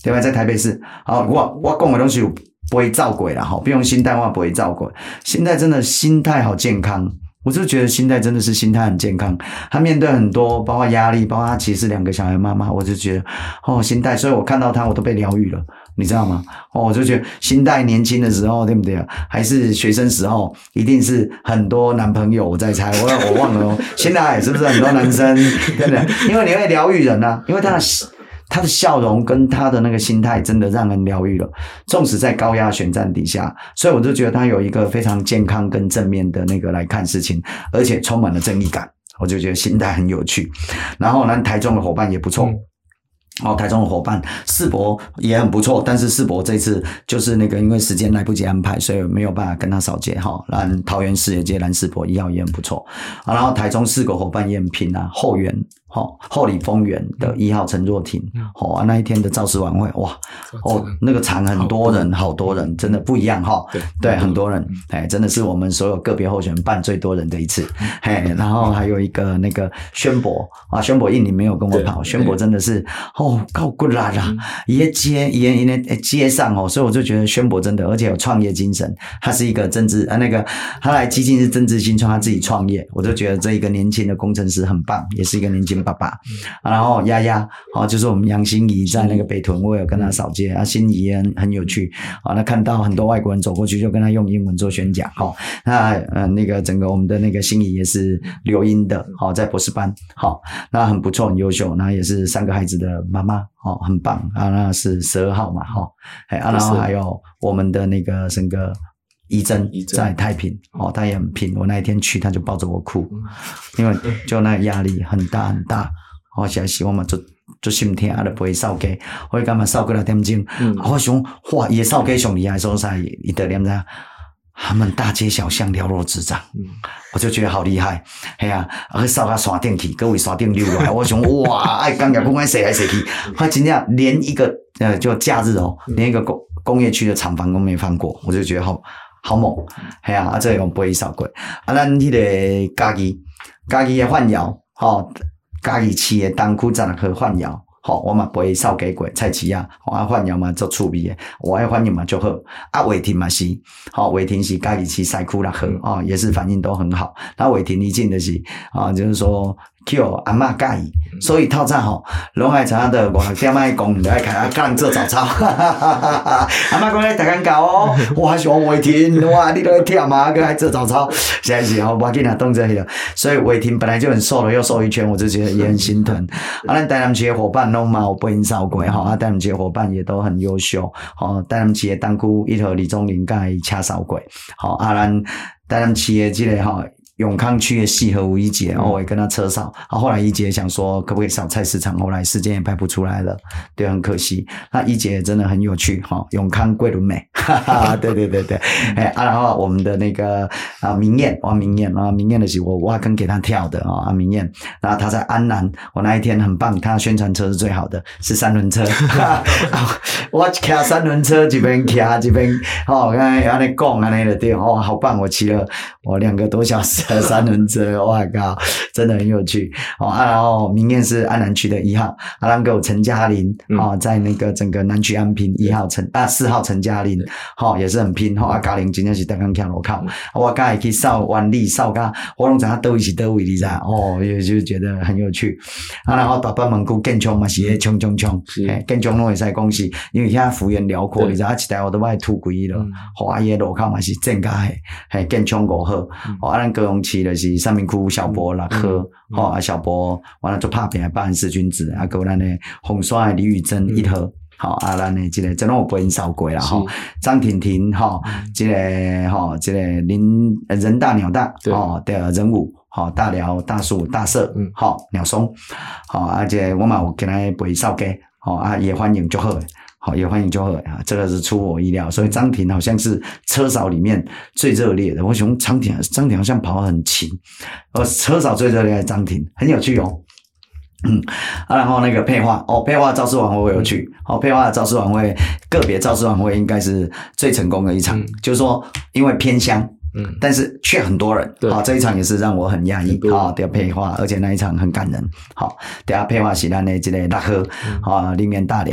对吧？在台北市，好，我我讲的东西有不会照过啦，哈，不用心态话不会照过，心态真的心态好健康。我就觉得心态真的是心态很健康，他面对很多，包括压力，包括他其实是两个小孩妈妈，我就觉得哦心态，所以我看到他我都被疗愈了，你知道吗？哦，我就觉得心态年轻的时候，对不对？还是学生时候，一定是很多男朋友，我在猜，我我忘了哦，现在是不是很多男生，对不对？因为你会疗愈人啊，因为他的。他的笑容跟他的那个心态真的让人疗愈了，纵使在高压选战底下，所以我就觉得他有一个非常健康跟正面的那个来看事情，而且充满了正义感，我就觉得心态很有趣。然后呢，台中的伙伴也不错。嗯哦，台中的伙伴世博也很不错，但是世博这次就是那个因为时间来不及安排，所以没有办法跟他扫街哈。然桃园市也接蓝世博一号也很不错，啊，然后台中四个伙伴也很拼啊，后援哦后里丰原的一号陈若婷，哦、啊、那一天的造势晚会哇，哦那个场很多人，好多人，真的不一样哈，对对，很多人，哎，真的是我们所有个别候选人办最多人的一次，嘿，然后还有一个那个宣博啊，宣博印尼没有跟我跑，宣博真的是哦。哦，够骨力啦！伊个接，伊伊个接上哦，所以我就觉得宣博真的，而且有创业精神。他是一个政治啊，那个他来基金是政治新创，他自己创业，我就觉得这一个年轻的工程师很棒，也是一个年轻爸爸。啊、然后丫丫哦，就是我们杨心怡在那个北屯，我有跟他扫街啊，心怡也很很有趣啊。那看到很多外国人走过去，就跟他用英文做宣讲哦。那呃，那个整个我们的那个心怡也是留英的，好、哦，在博士班，好、哦，那很不错，很优秀，那也是三个孩子的妈妈哦，很棒啊，那是十二号嘛，哈、哦，哎啊，然后还有我们的那个整个怡珍在太平哦，他也很拼，我那一天去他就抱着我哭，因为就那压力很大很大，我现在希望嘛就。就心痛啊，就陪扫街，我感觉扫过两点钟，嗯、我想哇，伊扫街上厉害所在，伊得念在他们大街小巷了若指掌，嗯、我就觉得好厉害，嘿啊，啊扫到山顶去，各位山顶溜落来，我想哇，哎，刚刚不管谁来谁去，他真正连一个呃，就假日哦，连一个工工业区的厂房都没放过，我就觉得好好猛，嘿啊，啊这用陪扫过，啊咱迄个家己家己的范窑，吼。嘉义市的东区十六號范窑，吼，我嘛陪掃街過菜市啊，啊范窑嘛足趣味的，我的反應嘛足好，啊偉霆嘛是，吼偉霆是嘉義市西區六號，哦也是反應都很好，那偉霆一進的是，啊就是說。叫阿嬷介意，所以透早吼，攏愛知影的五六點愛講，就愛開啊，甲人做早操。阿嬷講咧，逐工教哦，哇，上偉霆，哇，你都會忝啊，佮愛做早操，實在是吼，無要緊啊，當做迄個。所以偉霆本來就很瘦了，又瘦一圈，我就覺得也很心疼。啊，咱台南市的夥伴攏嘛有陪因掃過吼，啊，台南市的夥伴也都很優秀，吼，台南市的東區一頭李宗麟甲伊車掃過，吼，啊，咱台南市的這個吼。永康區的細和吳一杰，我也跟他車掃，啊，後來一杰想說可不可以掃菜市場，後來時間也排不出來了，對，很可惜。那一杰真的很有趣，哈，永康桂綸鎂，哈哈，對對對對，哎啊，然後我們的那個啊明艷，王明艷啊，明艷的是我挖坑給他跳的啊，明艷，然後他在安南，我那一天很棒，他的宣傳車是最好的，是三輪車，我騎三輪車一邊騎一邊，哦，剛才安尼講安尼的對，哦，好棒，我騎了我兩個多小時。三輪車，哇靠，真的很有趣哦啊！然後明艷是安南區的一號，啊，咱還有陳嘉玲啊、哦，在那個整個南區安平一號陳啊四號陳嘉玲，哈、哦、也是很拼哈、哦。啊，嘉玲真正是剛剛跳路口，我剛才去掃萬里掃甲，我攏知影倒位是倒位，你知哦，也就覺得很有趣啊。然後大北門區建昌嘛是咧衝衝衝，誒建昌攏會使講是，因為遐幅員遼闊，你知啊，一台我都愛吐幾了，吼啊伊個路口嘛是正甲誒，嘿建昌五號，哦啊咱高雄市就是三民區小博六號，吼、嗯、啊小博完了做拍拼的八安四君子，啊還有咱的紅山的李宇珍一號。好啊，咱的這個真攏有陪因掃過啦吼，張婷婷吼，這個吼，這個林人大鳥大吼的人物吼，大寮大樹大社吼鳥松，吼啊這個我嘛有跟他陪掃街，吼啊也歡迎就好。好，也歡迎就好啊！這個是出我意料，所以張庭好像是車掃裡面最熱烈的。我想張庭，張庭好像跑很勤，而車掃最熱烈的張庭很有趣哦。嗯啊，然後那個配畫哦，配畫造勢晚會我有去。哦，配畫造勢晚會個別造勢晚會應該是最成功的一場，嗯、就是說因為偏鄉。嗯，但是卻很多人，好、哦，這一場也是讓我很訝異，好、哦，的配畫，而且那一場很感人，好、哦，等下配畫是咱的這個六號，好、哦，裡面大寮。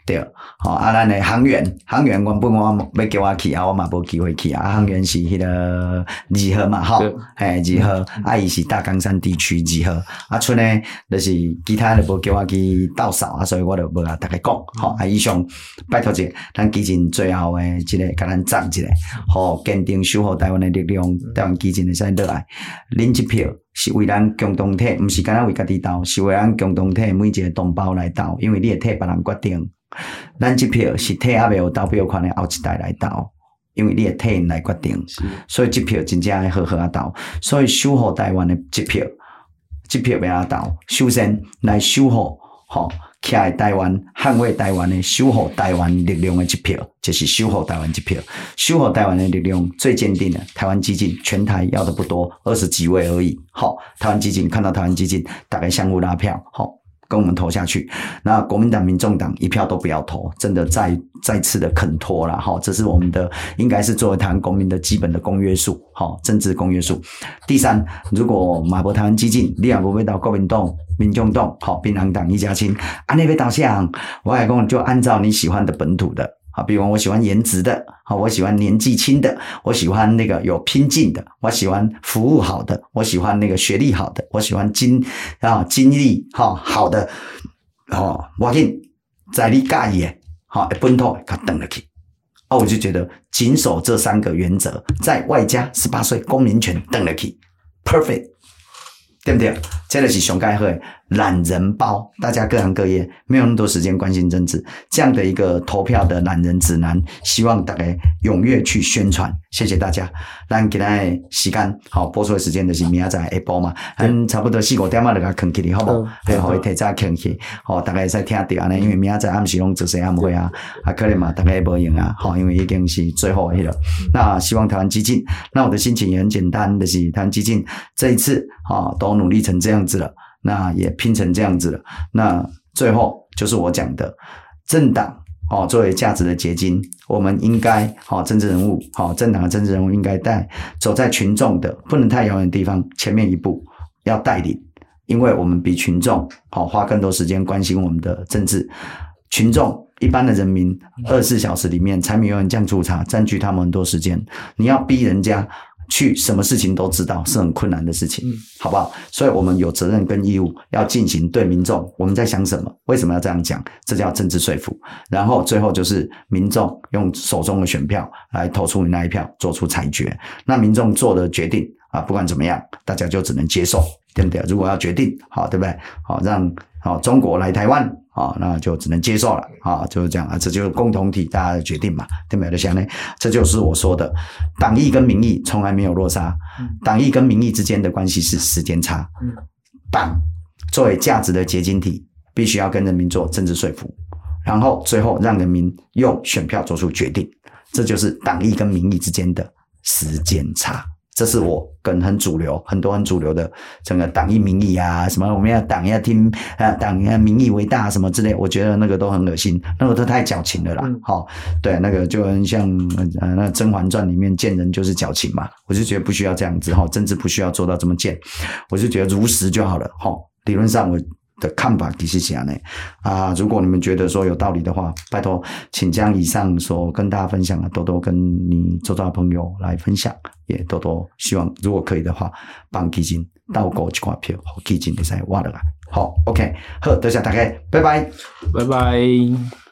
对，好啊，咱的航员，航员原本我要叫我去啊，我嘛无机会去啊。航员是迄个二号嘛，吼，嘿，二号，啊，伊是大冈山地区二号，啊，剩诶就是其他就无叫我去倒扫啊，所以我就无甲大家讲，吼，啊，以上拜托者，咱基金最后诶，即个甲咱赞一下，吼，坚定守护台湾的力量，台湾基金会使落来，恁一票。是为咱共同体，毋是干那为家己斗，是为咱共同体每一个同胞来斗，因为你的体别人决定。咱这票是体还未有投票权的后一代来斗，因为你的体来决定，所以这票真正要好好啊斗。所以守护台湾的这票，这票要啊斗，首先来守护，吼。徛在台湾，捍卫台湾的，守护台湾力量的一票，就是守护台湾一票。守护台湾的力量最坚定的，台湾基进全台要的不多，二十几位而已。好，台湾基进看到台湾基进，大概相互拉票，好，跟我们投下去。那国民党、民众党一票都不要投，真的再再次的恳托啦，哈，这是我们的应该是作为台湾公民的基本的公约数，好，政治公约数。第三，如果马博台湾基进，你也不会到国民党。民众党、好，槟榔党一家亲，安那边导向，我来讲就按照你喜欢的本土的，好，比如我喜欢颜值的，好，我喜欢年纪轻的，我喜欢那个有拼劲的，我喜欢服务好的，我喜欢那个学历好的，我喜欢经啊经历哈好的，哦，我紧在你介意的，好，本土给等了去，啊，我就觉得谨守这三个原则，在外加十八岁公民权等了去 ，perfect。对不对？这个是上盖好的懒人包，大家各行各业没有那么多时间关心政治，这样的一个投票的懒人指南，希望大家踊跃去宣传，谢谢大家。咱今天时间好播出的时间就是明仔载下晡嘛，咱差不多四五点啊就甲囥起哩，好不好？嘿，互伊提早囥起，好，大家会使听到安尼，因为明仔载暗时拢做些暗会啊，啊，可能嘛大家无用啊，好，因为已经是最后的迄个。那希望台湾基进，那我的心情也很简单，就是台湾基进这一次啊都努力成这样子了。那也拼成这样子了，那最后就是我讲的政党哦，作为价值的结晶，我们应该好、哦、政治人物好、哦、政党的政治人物应该带走在群众的不能太遥远的地方前面一步，要带领，因为我们比群众好、哦、花更多时间关心我们的政治，群众一般的人民二十四小时里面柴米油盐酱醋茶占据他们很多时间，你要逼人家去什么事情都知道是很困难的事情，好不好？所以我们有责任跟义务要进行对民众我们在想什么，为什么要这样讲，这叫政治说服。然后最后就是民众用手中的选票来投出你那一票，做出裁决。那民众做的决定啊，不管怎么样大家就只能接受，对不对？如果要决定好，对不对？好，让好中国来台湾啊，那就只能接受了啊，就是这样啊，这就是共同体大家的决定嘛，对不对？就像呢，这就是我说的，党意跟民意从来没有落差，党意跟民意之间的关系是时间差。党作为价值的结晶体，必须要跟人民做政治说服，然后最后让人民用选票做出决定，这就是党意跟民意之间的时间差。这是我跟很主流很多很主流的整个党意民意啊，什么我们要党要听啊，党要民意为大什么之类，我觉得那个都很恶心，那个都太矫情了啦。好、嗯哦，对，那个就很像呃那《甄嬛传》里面见人就是矫情嘛，我就觉得不需要这样子哈、哦，政治不需要做到这么贱，我就觉得如实就好了哈、哦。理论上我的看法其实是这样的啊，如果你们觉得说有道理的话，拜托请将以上所跟大家分享的多多跟你周遭的朋友来分享，也多多希望如果可以的话帮基金倒购一块票，基金可以挖得来。好 OK 好，多谢大家，拜拜拜拜。